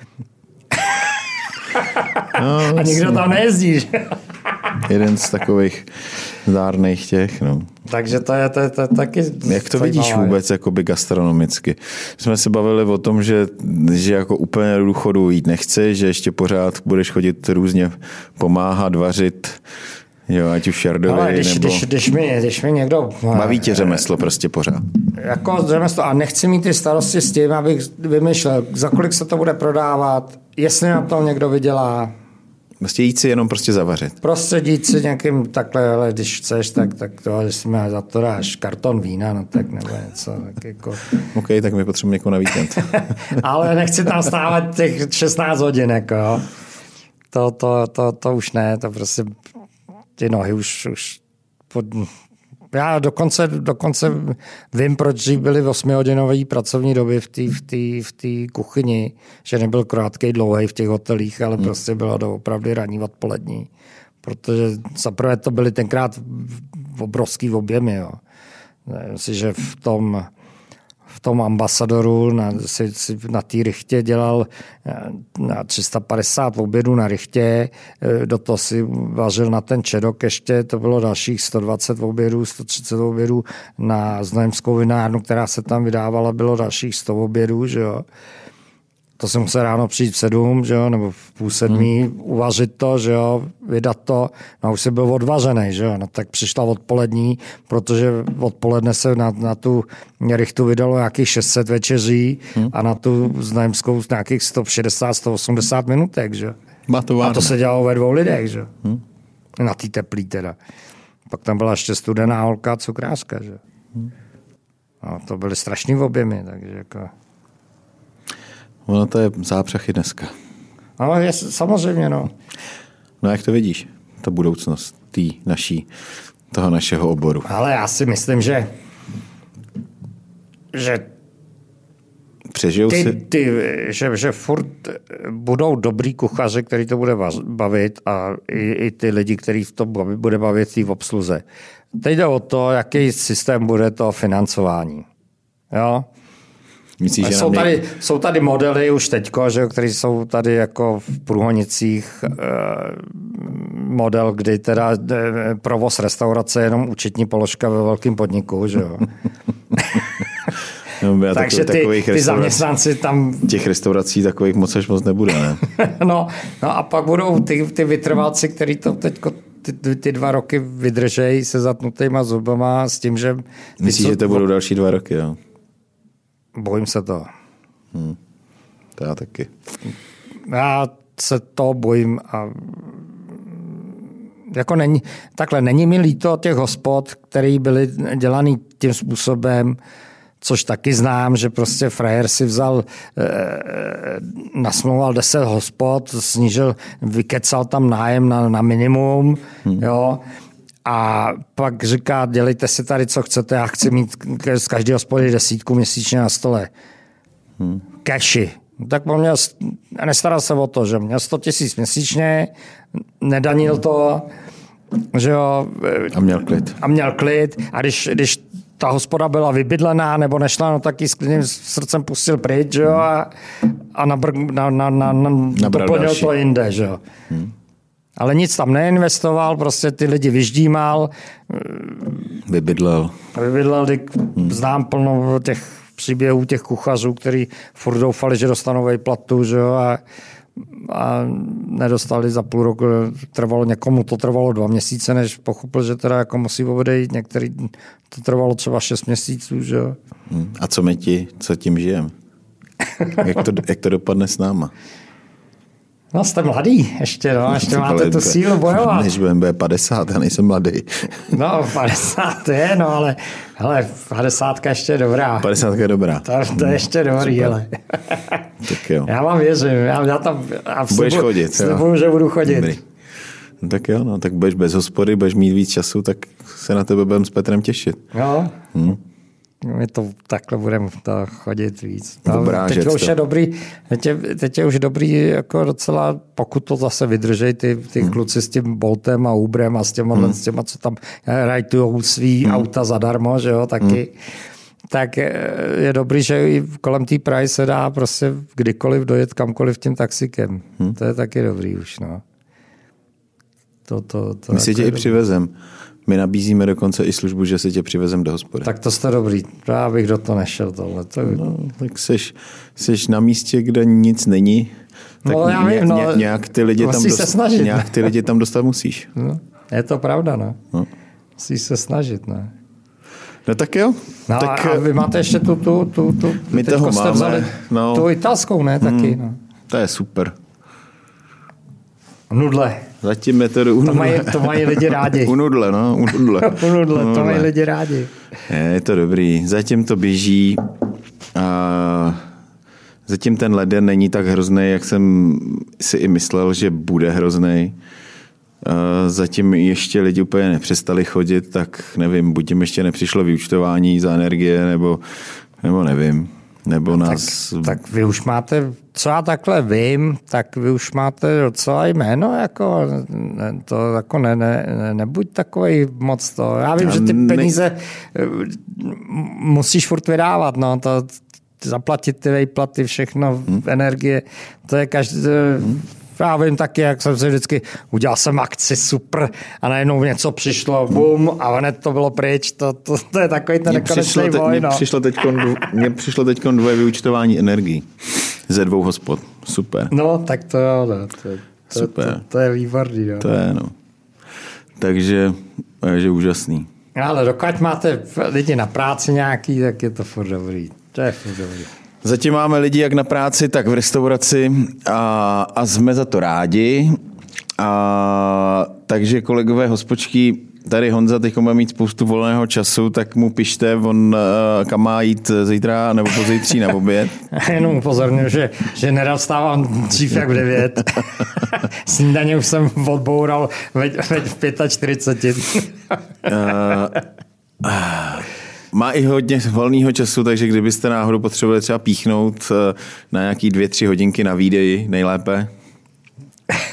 No, a nikdo tam nejezdí. Jeden z takových zdárných těch. No. Takže to je, to je, to je taky... Jak to vidíš vůbec jakoby gastronomicky? Jsme se bavili o tom, že, že jako úplně do důchodu jít nechceš, že ještě pořád budeš chodit různě pomáhat, vařit, jo, ať už šardovi, ale když, nebo... Když, když, mi, když mi někdo... Baví tě řemeslo prostě pořád. Jako řemeslo a nechci mít ty starosti s tím, abych vymýšlel, za kolik se to bude prodávat, jestli na tom někdo vydělá. Prostě jít si jenom prostě zavařit. Prostě jít si nějakým takhle, ale když chceš, tak, tak to, jestli mi za to dáš karton vína, no tak nebo něco. Tak jako... OK, tak mi potřebujeme někoho na víkend. Ale nechci tam stávat těch šestnáct hodin, jako jo. To, to, to, to už ne, to prostě ty nohy už, už pod... Já dokonce, dokonce vím, proč byly osmihodinové pracovní doby v té v té, v té kuchyni, že nebyl krátký, dlouhý v těch hotelích, ale hmm. prostě bylo do opravdu ranní odpolední. Protože zaprvé to byly tenkrát obrovský objemy. Jo. Myslím, že v tom, v tom Ambasadoru na, si, si na té richtě dělal na tři sta padesát obědů na richtě, do toho si vařil na ten čedok ještě, to bylo dalších sto dvacet obědů, sto třicet obědů na znojemskou vinárnu, která se tam vydávala, bylo dalších sto obědů, že jo. To jsem musel ráno přijít v sedm, že jo, nebo v půl sedmí, hmm. uvařit to, že jo, vydat to, no už jsem byl odvařený, že jo, no tak přišla odpolední, protože odpoledne se na, na tu richtu vydalo nějakých šest set večeří hmm. a na tu znojemskou nějakých sto šedesát, sto osmdesát minutek, že jo. A to se dělalo ve dvou lidech, že jo. Hmm. Na té teplý teda. Pak tam byla ještě studená holka cukrářka, že jo. Hmm. No, to byly strašný objemy, takže jako... Ono to je zápřah i dneska. No, je, samozřejmě, no. No jak to vidíš, ta budoucnost tý naší, toho našeho oboru? Ale já si myslím, že že Přežijou ty, si? Ty, že, že furt budou dobrý kuchaři, který to bude bavit a i, i ty lidi, který to bude bavit v té obsluze. Teď jde o to, jaký systém bude to financování. Jo? Myslíš, že jsou, nej... tady, jsou tady modely už teďko, že, které jsou tady jako v Průhonicích. Eh, model, kdy teda eh, provoz restaurace je jenom účetní položka ve velkém podniku. Že jo. No, takže takový, ty, ty zaměstnanci tam... Těch restaurací takových moc až moc nebude, ne? no, no a pak budou ty, ty vytrvalci, který to teďko ty, ty dva roky vydržejí se zatnutýma zubama s tím, že... Myslíš, co... že to budou další dva roky, jo? Bojím se to. Hmm. To já taky. Já se to bojím a jako není, takhle, není mi líto těch hospod, které byly dělaný tím způsobem, což taky znám, že prostě frajer si vzal, e, nasmlouval deset hospod, snížil, vykecal tam nájem na, na minimum, hmm. jo, a pak říká, dělejte si tady, co chcete, já chci mít z každé hospody desítku měsíčně na stole. Hmm. Cashi. Tak on měl, nestaral se o to, že měl sto tisíc měsíčně, nedanil to, že jo. A měl klid. A měl klid. A když, když ta hospoda byla vybydlená nebo nešla, no tak ji s klidným srdcem pustil pryč, že jo, a, a nabr- na, na, na, na, doplnil to jinde, že jo. Hmm. Ale nic tam neinvestoval, prostě ty lidi vyždímal. Vybydlel. Vybydlel, hmm. znám plno těch příběhů těch kuchařů, kteří furt doufali, že dostanou vejplatu, že jo, a, a nedostali za půl roku. Trvalo někomu, to trvalo dva měsíce, než pochopil, že teda jako musí odejít. Některý to trvalo třeba šest měsíců, že jo. A co my ti, co tím žijem? Jak to, jak to dopadne s náma? No, jste mladý ještě, no, ještě máte tu sílu bojovat. Než budeme padesát, já nejsem mladý. No, padesát je, no, ale hele, padesátka ještě je dobrá. padesátka je dobrá. To, to je ještě dobrý, hele. Tak jo. Já vám věřím, já, já tam... Já budeš slibu, chodit, slibuju, že budu chodit. Dobrý. No, tak jo, no, tak budeš bez hospody, budeš mít víc času, tak se na tebe budeme s Petrem těšit. Jo. Hmm. My to takhle budeme chodit víc. Dobrá, teď už je dobrý, teď je, teď je už dobrý jako docela, pokud to zase vydržej ty, ty hmm. kluci s tím Boltem a Uberem a s těma, hmm. s těma co tam rajtujou svý hmm. auta zadarmo, že jo, taky. Hmm. Tak je dobrý, že i kolem té Prahy se dá prostě kdykoliv dojet kamkoliv tím taxikem. Hmm. To je taky dobrý už, no. To, to, to My si tě i přivezem. My nabízíme dokonce i službu, že si tě přivezem do hospody. Tak to jste dobrý. Já bych do toho nešel tohle. To... No, tak seš, seš na místě, kde nic není. Tak no, já vím, no, ně, nějak, ty lidi tam dost, se snažit, nějak ty lidi tam dostat musíš. No, je to pravda, no. no. Musíš se snažit, no. No tak jo. No tak, a vy máte ještě tu, tu, tu, tu my toho máme. Vzali, no. tu italskou, ne? Taky, hmm, no. To je super. Nudle. Zatím metodu unudle. To mají, to mají lidi rádi. Unudle, no. Unudle. Unudle, to mají lidi rádi. Je to dobrý. Zatím to běží. A zatím ten leden není tak hrozný, jak jsem si i myslel, že bude hrozný. Zatím ještě lidi úplně nepřestali chodit, tak nevím, buď jim ještě nepřišlo vyúčtování za energie, nebo, nebo nevím. Nebo nás... tak, tak vy už máte, co já takhle vím, tak vy už máte docela jméno, jako, ne, to jako ne, ne, ne, nebuď takovej moc to. Já vím, já že ty peníze ne... musíš furt vydávat, no, to, zaplatit ty vejplaty, všechno, hmm. energie, to je každý... Hmm. Já vím taky, jak jsem si vždycky udělal jsem akci, super, a najednou něco přišlo, bum, a hned to bylo pryč, to, to, to je takový ten nekonečný boj. Mně přišlo teď dvoje vyúčtování energií ze dvou hospod. Super. No, tak to jo, no, to, to, super. To, to je výborný. No. To je, no. Takže, takže úžasný. Ale dokud máte lidi na práci nějaký, tak je to furt dobrý. To je furt dobrý. Zatím máme lidi jak na práci, tak v restauraci a, a jsme za to rádi. A, takže kolegové hospodčky, tady Honza teď bude mít spoustu volného času, tak mu pište, on kam má jít zítra nebo pozítří na oběd. Jenom upozorňuji, že, že nerad vstávám dřív jak v devět. Snídaně už jsem odboural ve, ve v čtyřicet pět. Má i hodně volného času, takže kdybyste náhodou potřebovali třeba píchnout na nějaký dvě, tři hodinky na výdeji, nejlépe,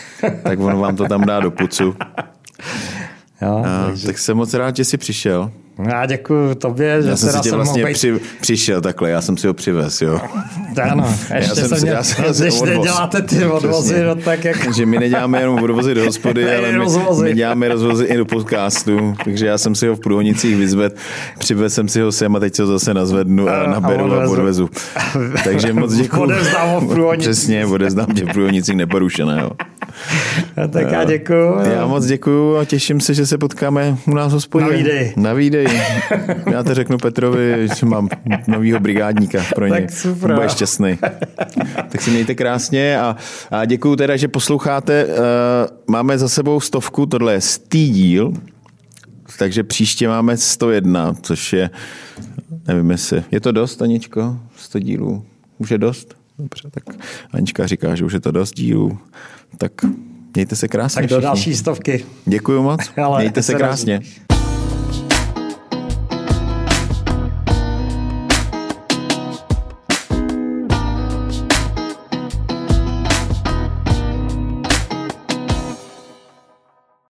tak on vám to tam dá do pucu. Jo, A, takže... Tak jsem moc rád, že jsi přišel. Já děkuji tobě, že já jsem teda si tě jsem vlastně být... při, přišel takhle, já jsem si ho přivez, jo. Ano, ještě jsem jsem si- měl, já jsem- když odvoz. neděláte ty odvozy, Přesně. no tak jak... Že my neděláme jenom odvozy do hospody, Ne, ale my, rozvozy. my děláme rozvozy i do podcastu, takže já jsem si ho v Průhonicích vyzvedl, přivezl jsem si ho sem a teď se ho zase nazvednu a A naberu a odvezu. odvezu. Takže moc děkuju. Odezdám ho v Průhonicích. Přesně, odezdám tě v Průhonicích neporušené. Jo. Tak já děkuji. Já moc děkuju a těším se, že se potkáme u nás v hospodě. Na výdeji. Na výdeji. Já to řeknu Petrovi, že mám novýho brigádníka pro ně. Tak super. Bude šťastný. Tak si mějte krásně a, a děkuju teda, že posloucháte. Uh, máme za sebou stovku, tohle je stý díl, takže příště máme sto jedna, což je, nevím jestli, je to dost, Aničko? sto dílů? Už je dost? Dobře, tak Anička říká, že už je to dost dílů. Tak mějte se krásně. Tak do všichni. další stovky. Děkuju moc. Ale Mějte se se krásně. rozumíš.